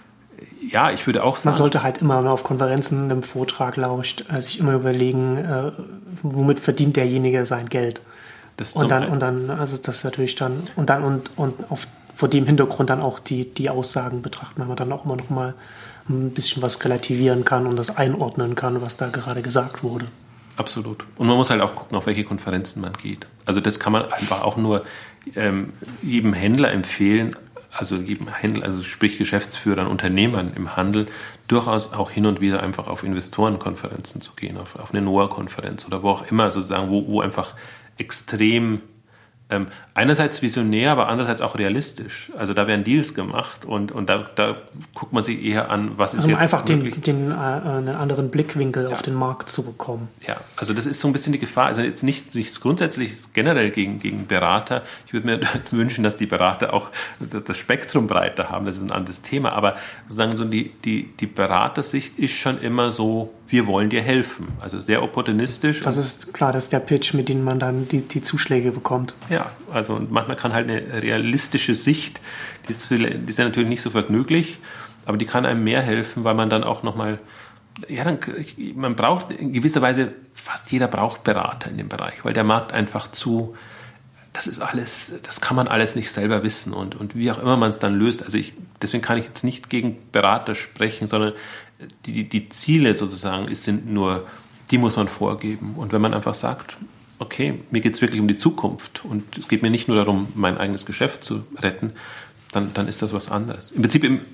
ja, ich würde auch sagen... Man sollte halt immer, wenn man auf Konferenzen einem Vortrag lauscht, sich immer überlegen, äh, womit verdient derjenige sein Geld. Das und dann, und dann, also das natürlich dann, und dann, und, und auf, vor dem Hintergrund dann auch die, die Aussagen betrachten, wenn man dann auch immer noch mal ein bisschen was relativieren kann und das einordnen kann, was da gerade gesagt wurde. Absolut. Und man muss halt auch gucken, auf welche Konferenzen man geht. Also das kann man einfach auch nur ähm, jedem Händler empfehlen, also jedem Händler, also sprich Geschäftsführern, Unternehmern im Handel, durchaus auch hin und wieder einfach auf Investorenkonferenzen zu gehen, auf, auf eine N O A-Konferenz oder wo auch immer sozusagen, wo, wo einfach extrem Ähm, einerseits visionär, aber andererseits auch realistisch. Also da werden Deals gemacht und, und da, da guckt man sich eher an, was ist also um jetzt einfach den, den, äh, einen anderen Blickwinkel ja. auf den Markt zu bekommen. Ja, also das ist so ein bisschen die Gefahr. Also jetzt nicht, nicht grundsätzlich generell gegen, gegen Berater. Ich würde mir wünschen, dass die Berater auch das Spektrum breiter haben. Das ist ein anderes Thema. Aber sozusagen so die, die, die Beratersicht ist schon immer so, wir wollen dir helfen. Also sehr opportunistisch. Das ist klar, das ist der Pitch, mit dem man dann die, die Zuschläge bekommt. Ja, also und manchmal kann halt eine realistische Sicht, die ist, die ist ja natürlich nicht so vergnüglich, aber die kann einem mehr helfen, weil man dann auch nochmal, ja, dann, man braucht in gewisser Weise, fast jeder braucht Berater in dem Bereich, weil der Markt einfach zu, das ist alles, das kann man alles nicht selber wissen und, und wie auch immer man es dann löst. Also ich, deswegen kann ich jetzt nicht gegen Berater sprechen, sondern die, die Ziele sozusagen sind nur, die muss man vorgeben. Und wenn man einfach sagt, okay, mir geht es wirklich um die Zukunft und es geht mir nicht nur darum, mein eigenes Geschäft zu retten, dann, dann ist das was anderes. Im Prinzip, im,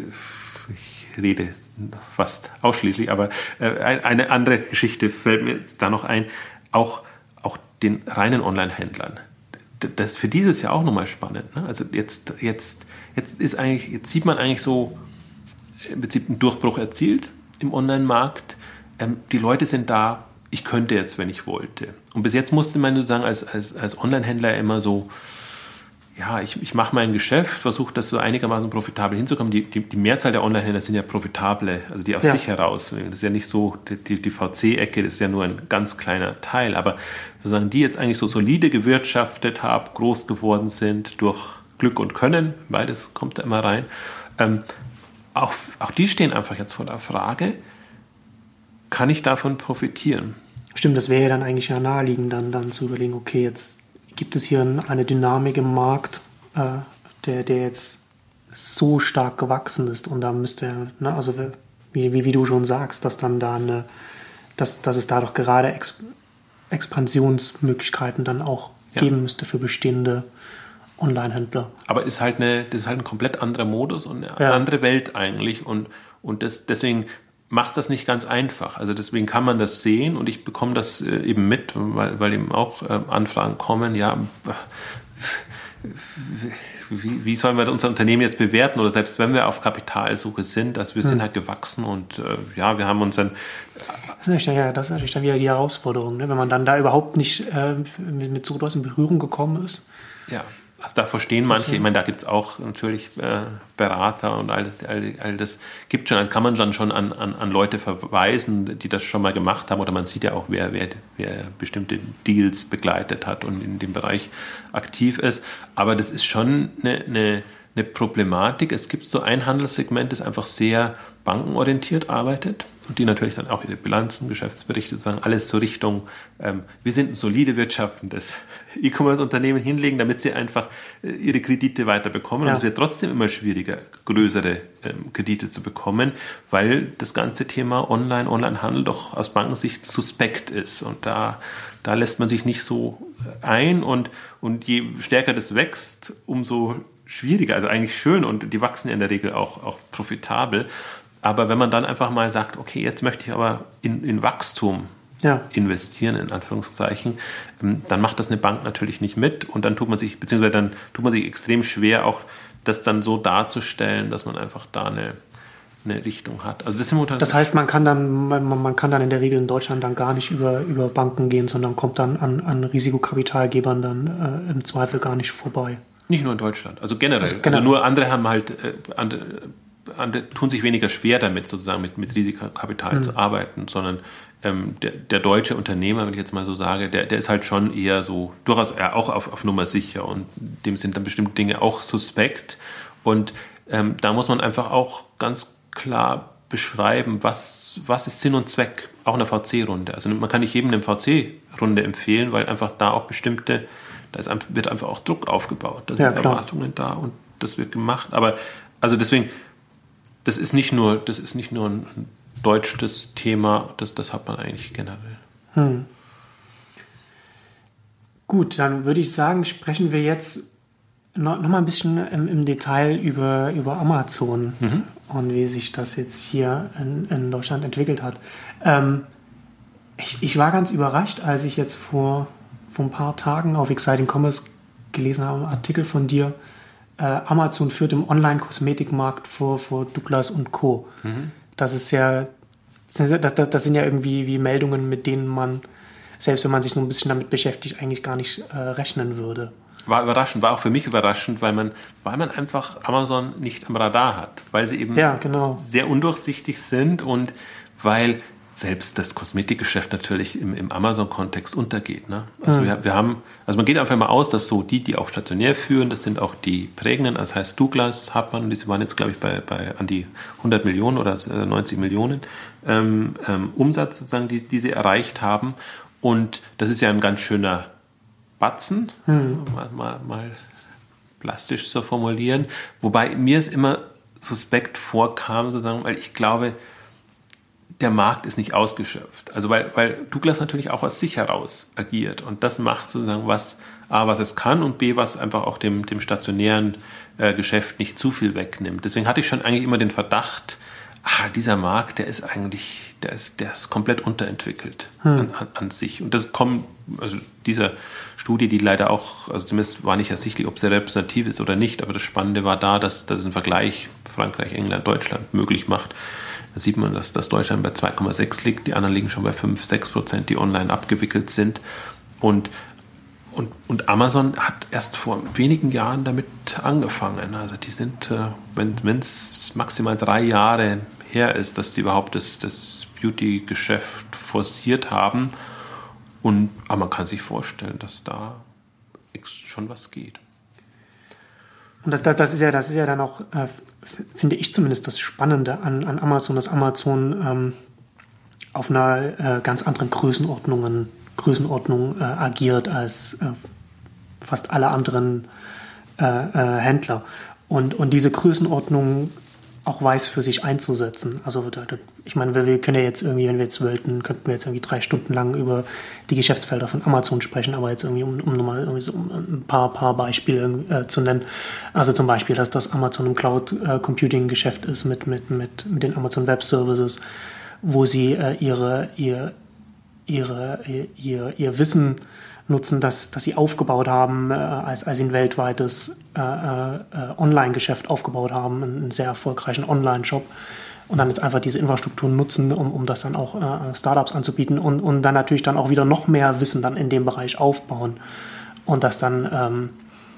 ich rede fast ausschließlich, aber eine andere Geschichte fällt mir da noch ein. auch, auch den reinen Online-Händlern. Das für dieses Jahr auch nochmal spannend. Ne? Also jetzt, jetzt, jetzt ist eigentlich, jetzt sieht man eigentlich so im Prinzip einen Durchbruch erzielt im Online-Markt. Ähm, die Leute sind da, ich könnte jetzt, wenn ich wollte. Und bis jetzt musste man sozusagen als, als, als Online-Händler immer so, ja, ich, ich mache mein Geschäft, versuche das so einigermaßen profitabel hinzukommen. Die, die, die Mehrzahl der Online-Händler sind ja profitable, also die aus ja. sich heraus. Das ist ja nicht so, die, die V C-Ecke, das ist ja nur ein ganz kleiner Teil. Aber sozusagen die jetzt eigentlich so solide gewirtschaftet haben, groß geworden sind durch Glück und Können, beides kommt da immer rein. Ähm, auch, auch die stehen einfach jetzt vor der Frage, kann ich davon profitieren? Stimmt, das wäre ja dann eigentlich ja naheliegend, dann, dann zu überlegen, okay, jetzt gibt es hier eine Dynamik im Markt, äh, der, der jetzt so stark gewachsen ist und da müsste, ne, also wie, wie, wie du schon sagst, dass dann da eine, dass, dass es da doch gerade Ex, Expansionsmöglichkeiten dann auch ja. geben müsste für bestehende Online-Händler. Aber ist halt eine, das ist halt ein komplett anderer Modus und eine ja. andere Welt eigentlich und, und das, deswegen macht das nicht ganz einfach. Also deswegen kann man das sehen und ich bekomme das äh, eben mit, weil, weil eben auch äh, Anfragen kommen, ja, wie, wie sollen wir unser Unternehmen jetzt bewerten oder selbst wenn wir auf Kapitalsuche sind, dass wir hm. sind halt gewachsen und äh, ja, wir haben unseren... Das ist, ja, das ist natürlich dann wieder die Herausforderung, ne? Wenn man dann da überhaupt nicht äh, mit, mit so etwas in Berührung gekommen ist. Ja. Also da verstehen manche, ich meine, da gibt es auch natürlich äh, Berater und all das, all, all das gibt schon, also kann man dann schon an, an, an Leute verweisen, die das schon mal gemacht haben oder man sieht ja auch, wer, wer, wer bestimmte Deals begleitet hat und in dem Bereich aktiv ist. Aber das ist schon eine, eine, eine Problematik. Es gibt so ein Handelssegment, das einfach sehr bankenorientiert arbeitet und die natürlich dann auch ihre Bilanzen, Geschäftsberichte sozusagen alles so Richtung, ähm, wir sind ein solide wirtschaftendes E-Commerce-Unternehmen hinlegen, damit sie einfach äh, ihre Kredite weiter bekommen. Ja. Und es wird trotzdem immer schwieriger, größere ähm, Kredite zu bekommen, weil das ganze Thema Online, Onlinehandel doch aus Bankensicht suspekt ist und da, da lässt man sich nicht so ein und, und je stärker das wächst, umso schwieriger, also eigentlich schön und die wachsen ja in der Regel auch, auch profitabel. Aber wenn man dann einfach mal sagt, okay, jetzt möchte ich aber in, in Wachstum ja. investieren, in Anführungszeichen, dann macht das eine Bank natürlich nicht mit und dann tut man sich, beziehungsweise dann tut man sich extrem schwer, auch das dann so darzustellen, dass man einfach da eine, eine Richtung hat. Also das, sind das heißt, man kann dann, man, man kann dann in der Regel in Deutschland dann gar nicht über, über Banken gehen, sondern kommt dann an, an Risikokapitalgebern dann äh, im Zweifel gar nicht vorbei. Nicht nur in Deutschland, also generell. Also, generell. Also nur andere haben halt, äh, andere, andere tun sich weniger schwer damit, sozusagen mit, mit Risikokapital mhm. zu arbeiten, sondern ähm, der, der deutsche Unternehmer, wenn ich jetzt mal so sage, der, der ist halt schon eher so, durchaus eher auch auf, auf Nummer sicher und dem sind dann bestimmte Dinge auch suspekt und ähm, da muss man einfach auch ganz klar beschreiben, was, was ist Sinn und Zweck, auch einer V C-Runde. Also man kann nicht jedem eine V C-Runde empfehlen, weil einfach da auch bestimmte Da ist, wird einfach auch Druck aufgebaut. Da sind ja, Erwartungen da und das wird gemacht. Aber also deswegen, das ist nicht nur, das ist nicht nur ein deutsches Thema, das, das hat man eigentlich generell. Hm. Gut, dann würde ich sagen, sprechen wir jetzt noch, noch mal ein bisschen im, im Detail über, über Amazon mhm. und wie sich das jetzt hier in, in Deutschland entwickelt hat. Ähm, ich, ich war ganz überrascht, als ich jetzt vor vor ein paar Tagen auf Exciting Commerce gelesen habe, einen Artikel von dir, äh, Amazon führt im Online-Kosmetikmarkt vor, vor Douglas und Co. Mhm. Das ist ja, das, das, das sind ja irgendwie wie Meldungen, mit denen man, selbst wenn man sich so ein bisschen damit beschäftigt, eigentlich gar nicht äh, rechnen würde. War überraschend, war auch für mich überraschend, weil man, weil man einfach Amazon nicht am Radar hat, weil sie eben ja, genau. sehr undurchsichtig sind und weil selbst das Kosmetikgeschäft natürlich im, im Amazon-Kontext untergeht. Ne? Also mhm. wir, wir haben, also man geht einfach mal aus, dass so die, die auch stationär führen, das sind auch die prägenden, das heißt Douglas, Hartmann, die waren jetzt, glaube ich, bei, bei an die hundert Millionen oder neunzig Millionen ähm, ähm, Umsatz sozusagen, die, die sie erreicht haben. Und das ist ja ein ganz schöner Batzen, mhm. mal, mal, mal plastisch zu formulieren. Wobei mir es immer suspekt vorkam, sozusagen, weil ich glaube, der Markt ist nicht ausgeschöpft. Also weil, weil Douglas natürlich auch aus sich heraus agiert und das macht sozusagen was, A, was es kann und B, was einfach auch dem, dem stationären äh, Geschäft nicht zu viel wegnimmt. Deswegen hatte ich schon eigentlich immer den Verdacht, ah, dieser Markt, der ist eigentlich, der ist, der ist komplett unterentwickelt hm. an, an, an sich. Und das kommt, also dieser Studie, die leider auch, also zumindest war nicht ersichtlich, ob sie repräsentativ ist oder nicht, aber das Spannende war da, dass, dass es einen Vergleich Frankreich, England, Deutschland möglich macht. Da sieht man, dass, dass Deutschland bei zwei Komma sechs liegt, die anderen liegen schon bei fünf, sechs Prozent, die online abgewickelt sind. Und Und, und Amazon hat erst vor wenigen Jahren damit angefangen. Also die sind, wenn es maximal drei Jahre her ist, dass die überhaupt das, das Beauty-Geschäft forciert haben. Und, aber man kann sich vorstellen, dass da schon was geht. Und das, das, das, ist ja, das ist ja dann auch, äh, finde ich zumindest, das Spannende an, an Amazon, dass Amazon ähm, auf einer äh, ganz anderen Größenordnungen Größenordnung äh, agiert als äh, fast alle anderen äh, äh, Händler und, und diese Größenordnung auch weiß für sich einzusetzen. Also da, da, ich meine, wir, wir können ja jetzt irgendwie, wenn wir jetzt wollten, könnten wir jetzt irgendwie drei Stunden lang über die Geschäftsfelder von Amazon sprechen, aber jetzt irgendwie, um, um nochmal irgendwie so ein paar, paar Beispiele äh, zu nennen. Also zum Beispiel, dass das Amazon im Cloud-Computing-Geschäft ist mit, mit, mit, mit den Amazon Web Services, wo sie äh, ihre, ihr Ihre, ihr, ihr Wissen nutzen, das, das sie aufgebaut haben, äh, als, als sie ein weltweites äh, äh, Online-Geschäft aufgebaut haben, einen sehr erfolgreichen Online-Shop und dann jetzt einfach diese Infrastruktur nutzen, um, um das dann auch äh, Startups anzubieten und, und dann natürlich dann auch wieder noch mehr Wissen dann in dem Bereich aufbauen und das dann ähm,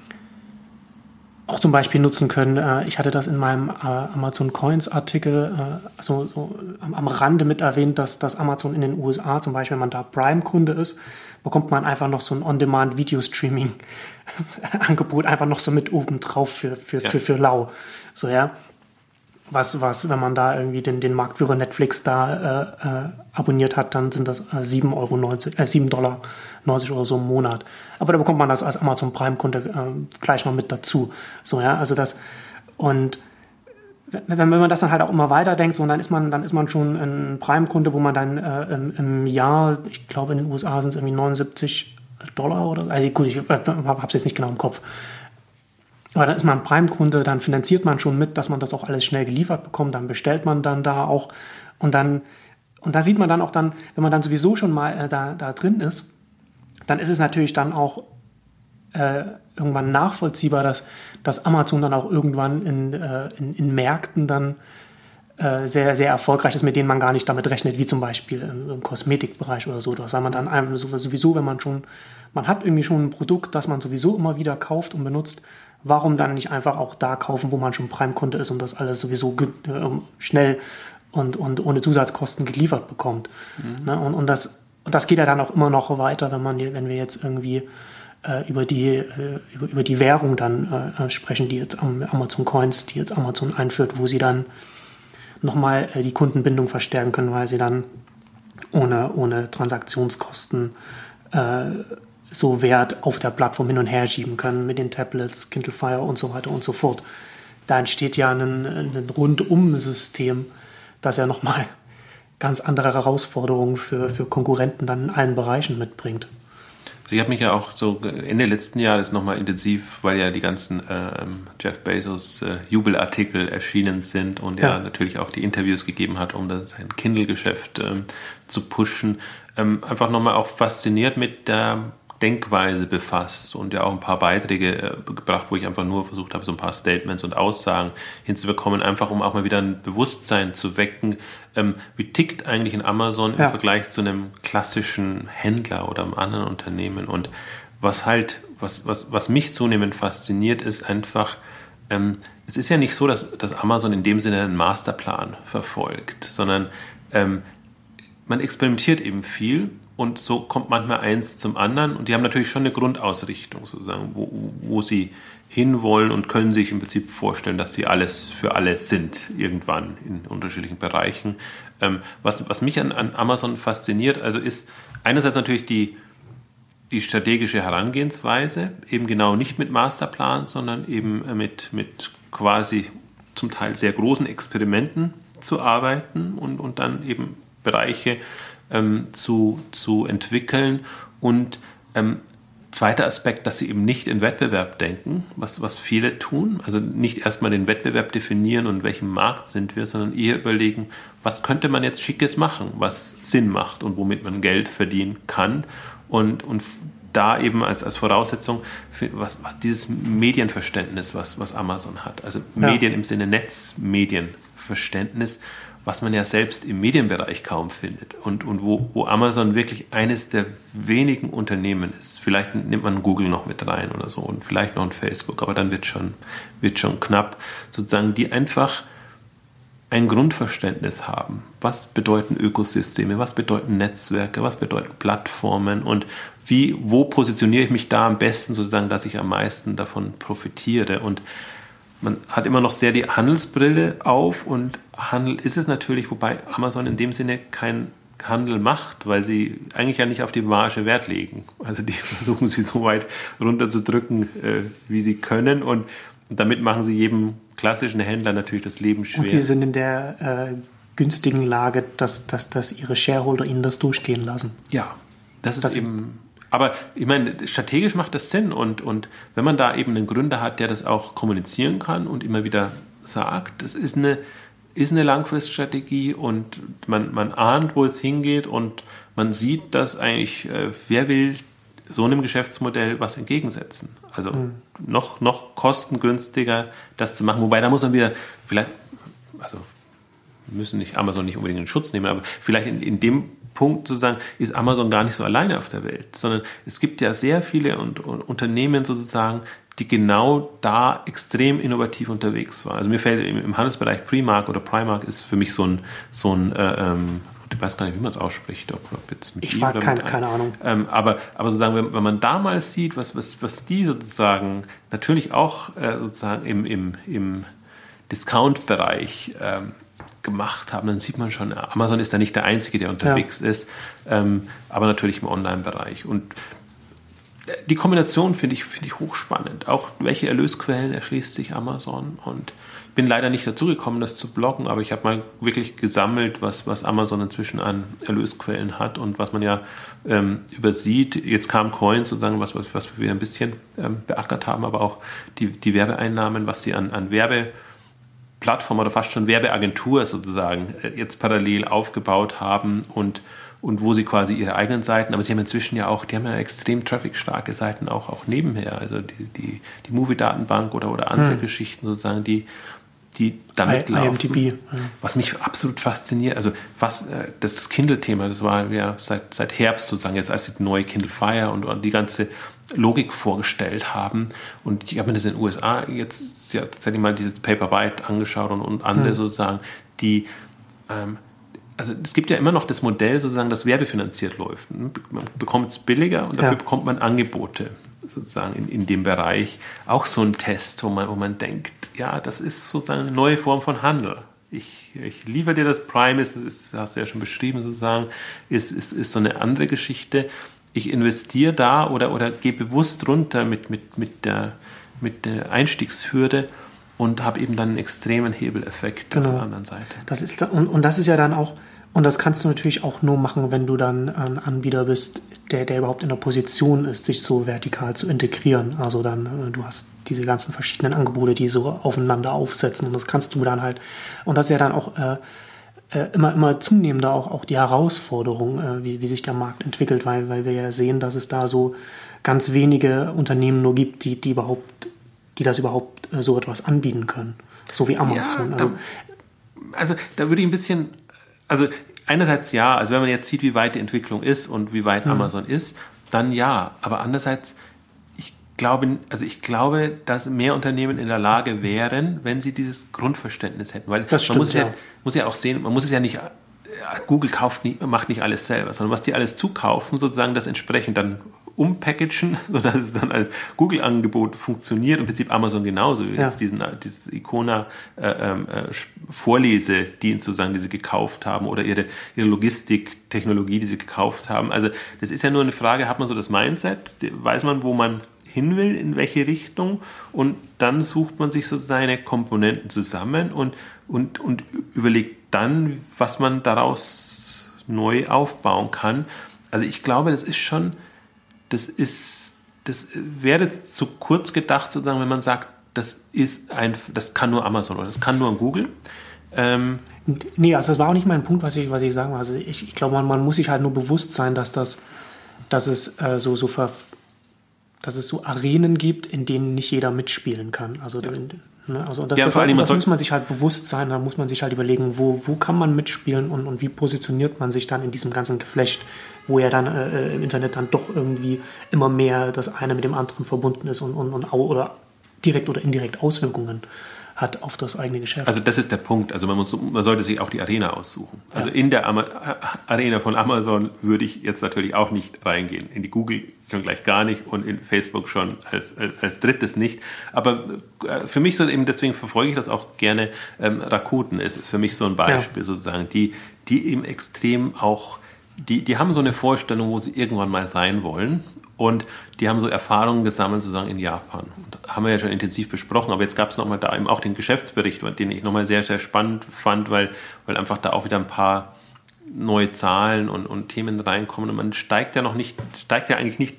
auch zum Beispiel nutzen können. Äh, ich hatte das in meinem äh, Amazon Coins Artikel äh, so, so am, am Rande mit erwähnt, dass, dass Amazon in den U S A zum Beispiel, wenn man da Prime-Kunde ist, bekommt man einfach noch so ein On-Demand-Video-Streaming-Angebot einfach noch so mit oben drauf für, für, ja. für, für lau. So, ja. Was, was, wenn man da irgendwie den, den Marktführer Netflix da äh, äh, abonniert hat, dann sind das äh, sieben Dollar neunzig oder so im Monat. Aber da bekommt man das als Amazon Prime-Kunde äh, gleich noch mit dazu. So, ja, also das, und wenn, wenn man das dann halt auch immer weiterdenkt, so, dann ist man, dann ist man schon ein Prime-Kunde, wo man dann äh, im, im Jahr, ich glaube in den U S A sind es irgendwie neunundsiebzig Dollar oder, also gut, ich äh, habe es jetzt nicht genau im Kopf. Aber dann ist man Prime-Kunde, dann finanziert man schon mit, dass man das auch alles schnell geliefert bekommt, dann bestellt man dann da auch und dann, und da sieht man dann auch dann, wenn man dann sowieso schon mal äh, da, da drin ist, dann ist es natürlich dann auch äh, irgendwann nachvollziehbar, dass, dass Amazon dann auch irgendwann in, äh, in, in Märkten dann äh, sehr, sehr erfolgreich ist, mit denen man gar nicht damit rechnet, wie zum Beispiel im, im Kosmetikbereich oder so etwas, weil man dann einfach sowieso, wenn man schon, man hat irgendwie schon ein Produkt, das man sowieso immer wieder kauft und benutzt, warum dann nicht einfach auch da kaufen, wo man schon Prime-Kunde ist und das alles sowieso ge- äh, schnell und, und ohne Zusatzkosten geliefert bekommt. Mhm. Ne? Und, und, das, und das geht ja dann auch immer noch weiter, wenn, man, wenn wir jetzt irgendwie äh, über, die, äh, über, über die Währung dann äh, sprechen, die jetzt am Amazon Coins, die jetzt Amazon einführt, wo sie dann nochmal äh, die Kundenbindung verstärken können, weil sie dann ohne, ohne Transaktionskosten äh, so Wert auf der Plattform hin und her schieben können mit den Tablets, Kindle Fire und so weiter und so fort. Da entsteht ja ein, ein Rundum-System, das ja nochmal ganz andere Herausforderungen für, für Konkurrenten dann in allen Bereichen mitbringt. Also ich habe mich ja auch so Ende letzten Jahres nochmal intensiv, weil ja die ganzen äh, Jeff Bezos äh, Jubelartikel erschienen sind und ja. er natürlich auch die Interviews gegeben hat, um das sein Kindle-Geschäft ähm, zu pushen, ähm, einfach nochmal auch fasziniert mit der Denkweise befasst und ja auch ein paar Beiträge äh, gebracht, wo ich einfach nur versucht habe, so ein paar Statements und Aussagen hinzubekommen, einfach um auch mal wieder ein Bewusstsein zu wecken, ähm, wie tickt eigentlich ein Amazon im ja. Vergleich zu einem klassischen Händler oder einem anderen Unternehmen. Und was halt, was, was, was mich zunehmend fasziniert, ist einfach, ähm, es ist ja nicht so, dass, dass Amazon in dem Sinne einen Masterplan verfolgt, sondern ähm, man experimentiert eben viel. Und so kommt manchmal eins zum anderen. Und die haben natürlich schon eine Grundausrichtung, sozusagen, wo, wo sie hinwollen und können sich im Prinzip vorstellen, dass sie alles für alle sind, irgendwann in unterschiedlichen Bereichen. Ähm, was, was mich an, an Amazon fasziniert, also ist einerseits natürlich die, die strategische Herangehensweise, eben genau nicht mit Masterplan, sondern eben mit, mit quasi zum Teil sehr großen Experimenten zu arbeiten und, und dann eben Bereiche Ähm, zu, zu entwickeln und ähm, Zweiter Aspekt, dass sie eben nicht in Wettbewerb denken, was, was viele tun. Also nicht erstmal den Wettbewerb definieren und in welchem Markt sind wir, sondern eher überlegen, was könnte man jetzt Schickes machen, was Sinn macht und womit man Geld verdienen kann. Und, und da eben als, als Voraussetzung für was, was dieses Medienverständnis, was, was Amazon hat. Also ja. Medien im Sinne Netzmedienverständnis, was man ja selbst im Medienbereich kaum findet und, und wo, wo Amazon wirklich eines der wenigen Unternehmen ist. Vielleicht nimmt man Google noch mit rein oder so und vielleicht noch ein Facebook, aber dann wird schon, wird schon knapp, sozusagen, die einfach ein Grundverständnis haben. Was bedeuten Ökosysteme, was bedeuten Netzwerke, was bedeuten Plattformen und wie, wo positioniere ich mich da am besten, sozusagen, dass ich am meisten davon profitiere. Und man hat immer noch sehr die Handelsbrille auf und Handel ist es natürlich, wobei Amazon in dem Sinne kein Handel macht, weil sie eigentlich ja nicht auf die Marge Wert legen. Also die versuchen sie so weit runterzudrücken, äh, wie sie können und damit machen sie jedem klassischen Händler natürlich das Leben schwer. Und sie sind in der äh, günstigen Lage, dass, dass, dass ihre Shareholder ihnen das durchgehen lassen. Ja, das ist das eben... Aber ich meine, strategisch macht das Sinn und, und wenn man da eben einen Gründer hat, der das auch kommunizieren kann und immer wieder sagt, das ist eine, ist eine Langfriststrategie und man, man ahnt, wo es hingeht und man sieht, dass eigentlich, äh, wer will so einem Geschäftsmodell was entgegensetzen. Also mhm. noch, noch kostengünstiger das zu machen, wobei da muss man wieder vielleicht, also wir müssen nicht Amazon nicht unbedingt in Schutz nehmen, aber vielleicht in, in dem Punkt sozusagen ist Amazon gar nicht so alleine auf der Welt, sondern es gibt ja sehr viele und, und Unternehmen sozusagen, die genau da extrem innovativ unterwegs waren. Also mir fällt im, im Handelsbereich Primark oder Primark ist für mich so ein, so ein äh, ähm, ich weiß gar nicht, wie man es ausspricht, ob, ob jetzt mit ich war keine, keine Ahnung. Ähm, aber, aber sozusagen, wenn, wenn man da mal sieht, was, was, was die sozusagen natürlich auch äh, sozusagen im, im, im Discount-Bereich ähm, gemacht haben, dann sieht man schon, Amazon ist da nicht der Einzige, der unterwegs ja. ist, ähm, aber natürlich im Online-Bereich. Und die Kombination finde ich, finde ich hochspannend. Auch welche Erlösquellen erschließt sich Amazon? Und ich bin leider nicht dazu gekommen, das zu bloggen, aber ich habe mal wirklich gesammelt, was, was Amazon inzwischen an Erlösquellen hat und was man ja ähm, übersieht. Jetzt kam Coins sozusagen, was, was, was wir ein bisschen ähm, beackert haben, aber auch die, die Werbeeinnahmen, was sie an, an Werbe Plattform oder fast schon Werbeagentur sozusagen jetzt parallel aufgebaut haben und, und wo sie quasi ihre eigenen Seiten, aber sie haben inzwischen ja auch, die haben ja extrem trafficstarke Seiten auch, auch nebenher, also die, die, die Movie-Datenbank oder, oder andere hm. Geschichten sozusagen, die, die damit I, laufen. I M D B, ja. Was mich absolut fasziniert, also was das Kindle-Thema, das war ja seit, seit Herbst sozusagen, jetzt als die neue Kindle Fire und, und die ganze Logik vorgestellt haben. Und ich habe mir das in den U S A jetzt ja, tatsächlich mal dieses Paperwhite angeschaut und, und andere mhm. sozusagen, die, ähm, also es gibt ja immer noch das Modell sozusagen, das werbefinanziert läuft. Man bekommt es billiger und dafür ja. bekommt man Angebote sozusagen in, in dem Bereich. Auch so ein Test, wo man, wo man denkt, ja, das ist sozusagen eine neue Form von Handel. Ich, ich liefere dir das Prime, ist, ist, hast du ja schon beschrieben sozusagen, ist, ist, ist so eine andere Geschichte. Ich investiere da oder, oder gehe bewusst runter mit, mit, mit, der, mit der Einstiegshürde und habe eben dann einen extremen Hebeleffekt genau. auf der anderen Seite. Das ist, und, und das ist ja dann auch, und das kannst du natürlich auch nur machen, wenn du dann ein Anbieter bist, der, der überhaupt in der Position ist, sich so vertikal zu integrieren. Also dann, du hast diese ganzen verschiedenen Angebote, die so aufeinander aufsetzen und das kannst du dann halt, und das ist ja dann auch äh, immer, immer zunehmender auch, auch die Herausforderung, äh, wie, wie sich der Markt entwickelt, weil, weil wir ja sehen, dass es da so ganz wenige Unternehmen nur gibt, die, die überhaupt, die das überhaupt äh, so etwas anbieten können. So wie Amazon. Ja, da, also da würde ich ein bisschen, also einerseits ja, also wenn man jetzt sieht, wie weit die Entwicklung ist und wie weit hm. Amazon ist, dann ja, aber andererseits glaube, also ich glaube, dass mehr Unternehmen in der Lage wären, wenn sie dieses Grundverständnis hätten. Weil das stimmt, man muss ja, ja, muss ja auch sehen, man muss es ja nicht, Google kauft nicht, macht nicht alles selber, sondern was die alles zukaufen, sozusagen das entsprechend dann umpackagen, sodass es dann als Google-Angebot funktioniert. Im Prinzip Amazon genauso. Ja. Jetzt diesen, dieses Icona-Vorlesedienst äh, sozusagen, die sie gekauft haben oder ihre, ihre Logistiktechnologie, die sie gekauft haben. Also das ist ja nur eine Frage, hat man so das Mindset, weiß man, wo man hin will, in welche Richtung und dann sucht man sich so seine Komponenten zusammen und, und, und überlegt dann, was man daraus neu aufbauen kann. Also ich glaube, das ist schon, das ist, das wäre jetzt zu kurz gedacht, sozusagen, wenn man sagt, das ist ein, das kann nur Amazon oder das kann nur Google. Ähm, nee, also das war auch nicht mein Punkt, was ich, was ich sagen will. Also ich, ich glaube, man, man muss sich halt nur bewusst sein, dass das, dass es äh, so, so ver, dass es so Arenen gibt, in denen nicht jeder mitspielen kann. Also, ja. ne, also das, ja, das, das, das muss man sich halt bewusst sein, da muss man sich halt überlegen, wo, wo kann man mitspielen und, und wie positioniert man sich dann in diesem ganzen Geflecht, wo ja dann äh, im Internet dann doch irgendwie immer mehr das eine mit dem anderen verbunden ist und, und, und oder direkt oder indirekt Auswirkungen hat auf das eigene Geschäft. Also das ist der Punkt. Also man, muss, man sollte sich auch die Arena aussuchen. Also ja. in der Ama- Arena von Amazon würde ich jetzt natürlich auch nicht reingehen. In die Google schon gleich gar nicht und in Facebook schon als, als, als drittes nicht. Aber für mich so eben, deswegen verfolge ich das auch gerne, ähm, Rakuten ist, ist für mich so ein Beispiel ja. sozusagen, die, die eben extrem auch, die, die haben so eine Vorstellung, wo sie irgendwann mal sein wollen. Und die haben so Erfahrungen gesammelt, sozusagen in Japan. Und haben wir ja schon intensiv besprochen, aber jetzt gab es nochmal da eben auch den Geschäftsbericht, den ich nochmal sehr, sehr spannend fand, weil, weil einfach da auch wieder ein paar neue Zahlen und, und Themen reinkommen. Und man steigt ja noch nicht, steigt ja eigentlich nicht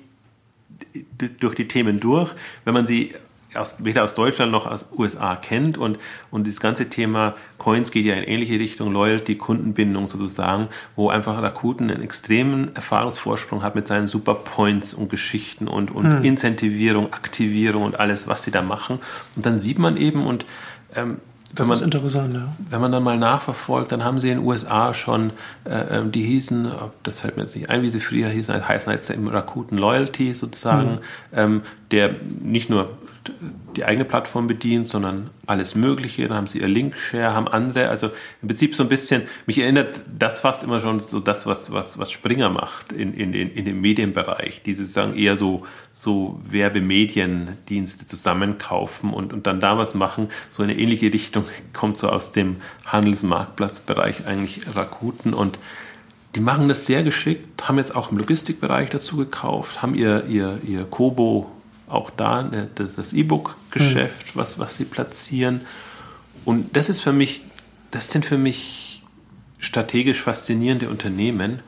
durch die Themen durch, wenn man sie aus, weder aus Deutschland noch aus U S A kennt und, und das ganze Thema Coins geht ja in ähnliche Richtung, Loyalty, Kundenbindung sozusagen, wo einfach Rakuten einen extremen Erfahrungsvorsprung hat mit seinen Superpoints und Geschichten und, und hm. Incentivierung, Aktivierung und alles, was sie da machen. Und dann sieht man eben und ähm, das wenn man, ist interessant, ja. Wenn man dann mal nachverfolgt, dann haben sie in den U S A schon, äh, die hießen, das fällt mir jetzt nicht ein, wie sie früher hießen, heißen jetzt im Rakuten Loyalty sozusagen, hm. ähm, der nicht nur die eigene Plattform bedient, sondern alles Mögliche. Dann haben sie ihr Link-Share, haben andere. Also im Prinzip so ein bisschen, mich erinnert das fast immer schon so das, was, was, was Springer macht in, in, den, in dem Medienbereich. Die sozusagen eher so, so Werbemediendienste zusammenkaufen und, und dann da was machen. So eine ähnliche Richtung kommt so aus dem Handelsmarktplatzbereich eigentlich Rakuten und die machen das sehr geschickt, haben jetzt auch im Logistikbereich dazu gekauft, haben ihr, ihr, ihr Kobo auch da, das, das E-Book-Geschäft, mhm. was, was sie platzieren. Und das ist für mich, das sind für mich strategisch faszinierende Unternehmen.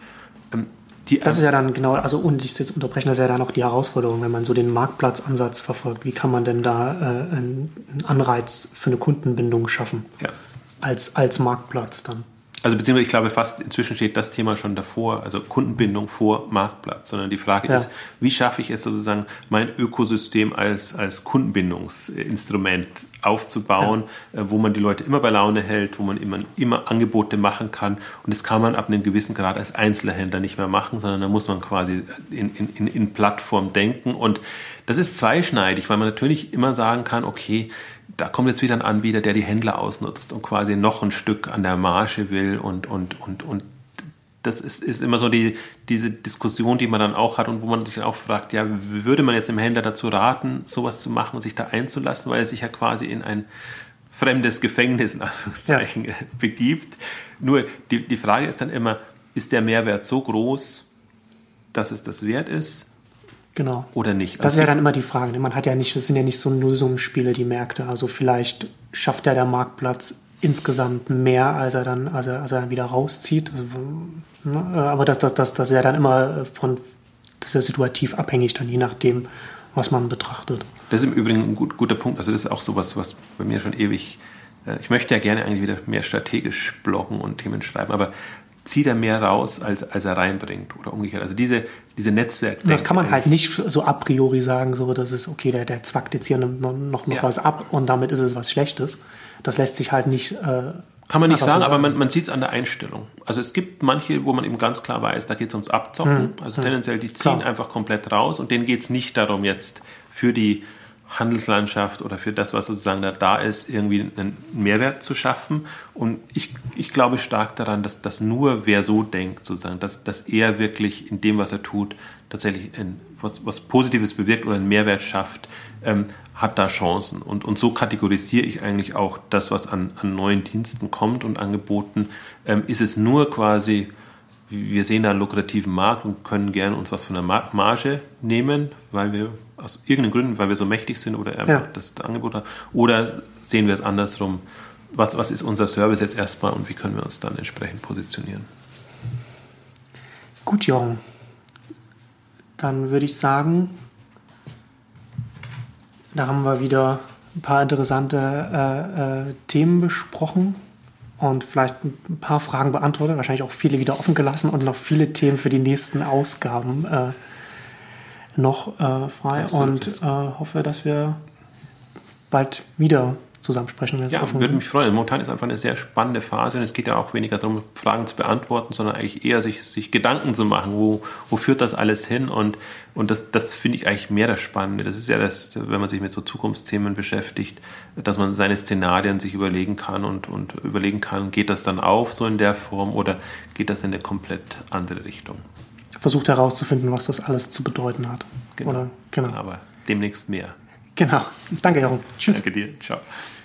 Die das ist ja dann genau, also und ich jetzt unterbrechen, das ist ja dann auch die Herausforderung, wenn man so den Marktplatzansatz verfolgt. Wie kann man denn da äh, einen Anreiz für eine Kundenbindung schaffen? Ja. Als, als Marktplatz dann. Also beziehungsweise ich glaube fast inzwischen steht das Thema schon davor, also Kundenbindung vor Marktplatz, sondern die Frage ja. ist, wie schaffe ich es sozusagen, mein Ökosystem als, als Kundenbindungsinstrument aufzubauen, ja. wo man die Leute immer bei Laune hält, wo man immer, immer Angebote machen kann und das kann man ab einem gewissen Grad als Einzelhändler nicht mehr machen, sondern da muss man quasi in, in, in Plattform denken und das ist zweischneidig, weil man natürlich immer sagen kann, okay, da kommt jetzt wieder ein Anbieter, der die Händler ausnutzt und quasi noch ein Stück an der Marge will und, und, und, und das ist, ist immer so die, diese Diskussion, die man dann auch hat und wo man sich dann auch fragt, ja, würde man jetzt dem Händler dazu raten, sowas zu machen und sich da einzulassen, weil er sich ja quasi in ein fremdes Gefängnis in Anführungszeichen ja. begibt. Nur die, die Frage ist dann immer, ist der Mehrwert so groß, dass es das wert ist? Genau. Oder nicht. Das also ist ja dann immer die Frage. Man hat ja nicht, das sind ja nicht so Nullsummenspiele, die Märkte. Also vielleicht schafft ja der Marktplatz insgesamt mehr, als er dann, als er, als er dann wieder rauszieht. Also, ne? Aber das, das, das, das ist ja dann immer von, das ist ja situativ abhängig dann, je nachdem, was man betrachtet. Das ist im Übrigen ein gut, guter Punkt. Also das ist auch sowas, was bei mir schon ewig, ich möchte ja gerne eigentlich wieder mehr strategisch bloggen und Themen schreiben, aber zieht er mehr raus, als, als er reinbringt oder umgekehrt. Also diese, diese Netzwerke. Das kann man halt nicht so a priori sagen, so dass es, okay, der, der zwackt jetzt hier noch, noch, noch ja. was ab und damit ist es was Schlechtes. Das lässt sich halt nicht... Äh, kann man nicht sagen, so sagen, aber man, man sieht es an der Einstellung. Also es gibt manche, wo man eben ganz klar weiß, da geht es ums Abzocken. Hm. Also hm. tendenziell, die ziehen klar. einfach komplett raus und denen geht es nicht darum, jetzt für die Handelslandschaft oder für das, was sozusagen da, da ist, irgendwie einen Mehrwert zu schaffen. Und ich, ich glaube stark daran, dass, dass nur wer so denkt, sozusagen, dass, dass er wirklich in dem, was er tut, tatsächlich ein, was, was Positives bewirkt oder einen Mehrwert schafft, ähm, hat da Chancen. Und, und so kategorisiere ich eigentlich auch das, was an, an neuen Diensten kommt und Angeboten. Ähm, ist es nur quasi, wir sehen da einen lukrativen Markt und können gerne uns was von der Marge nehmen, weil wir aus irgendeinen Gründen, weil wir so mächtig sind oder einfach ja. das Angebot haben. Oder sehen wir es andersrum, was, was ist unser Service jetzt erstmal und wie können wir uns dann entsprechend positionieren. Gut, Jörn. Dann würde ich sagen, Da haben wir wieder ein paar interessante äh, äh, Themen besprochen und vielleicht ein paar Fragen beantwortet, wahrscheinlich auch viele wieder offen gelassen und noch viele Themen für die nächsten Ausgaben äh, noch äh, frei. Absolut. Und äh, hoffe, dass wir bald wieder zusammensprechen. Ja, würde mich freuen. Momentan ist einfach eine sehr spannende Phase und es geht ja auch weniger darum, Fragen zu beantworten, sondern eigentlich eher sich, sich Gedanken zu machen, wo, wo führt das alles hin und, und das, das finde ich eigentlich mehr das Spannende. Das ist ja das, wenn man sich mit so Zukunftsthemen beschäftigt, dass man seine Szenarien sich überlegen kann und, und überlegen kann, geht das dann auf so in der Form oder geht das in eine komplett andere Richtung? Versucht herauszufinden, was das alles zu bedeuten hat. Genau. Oder, genau. Aber demnächst mehr. Genau. Danke, Jochen. Tschüss. Danke dir. Ciao.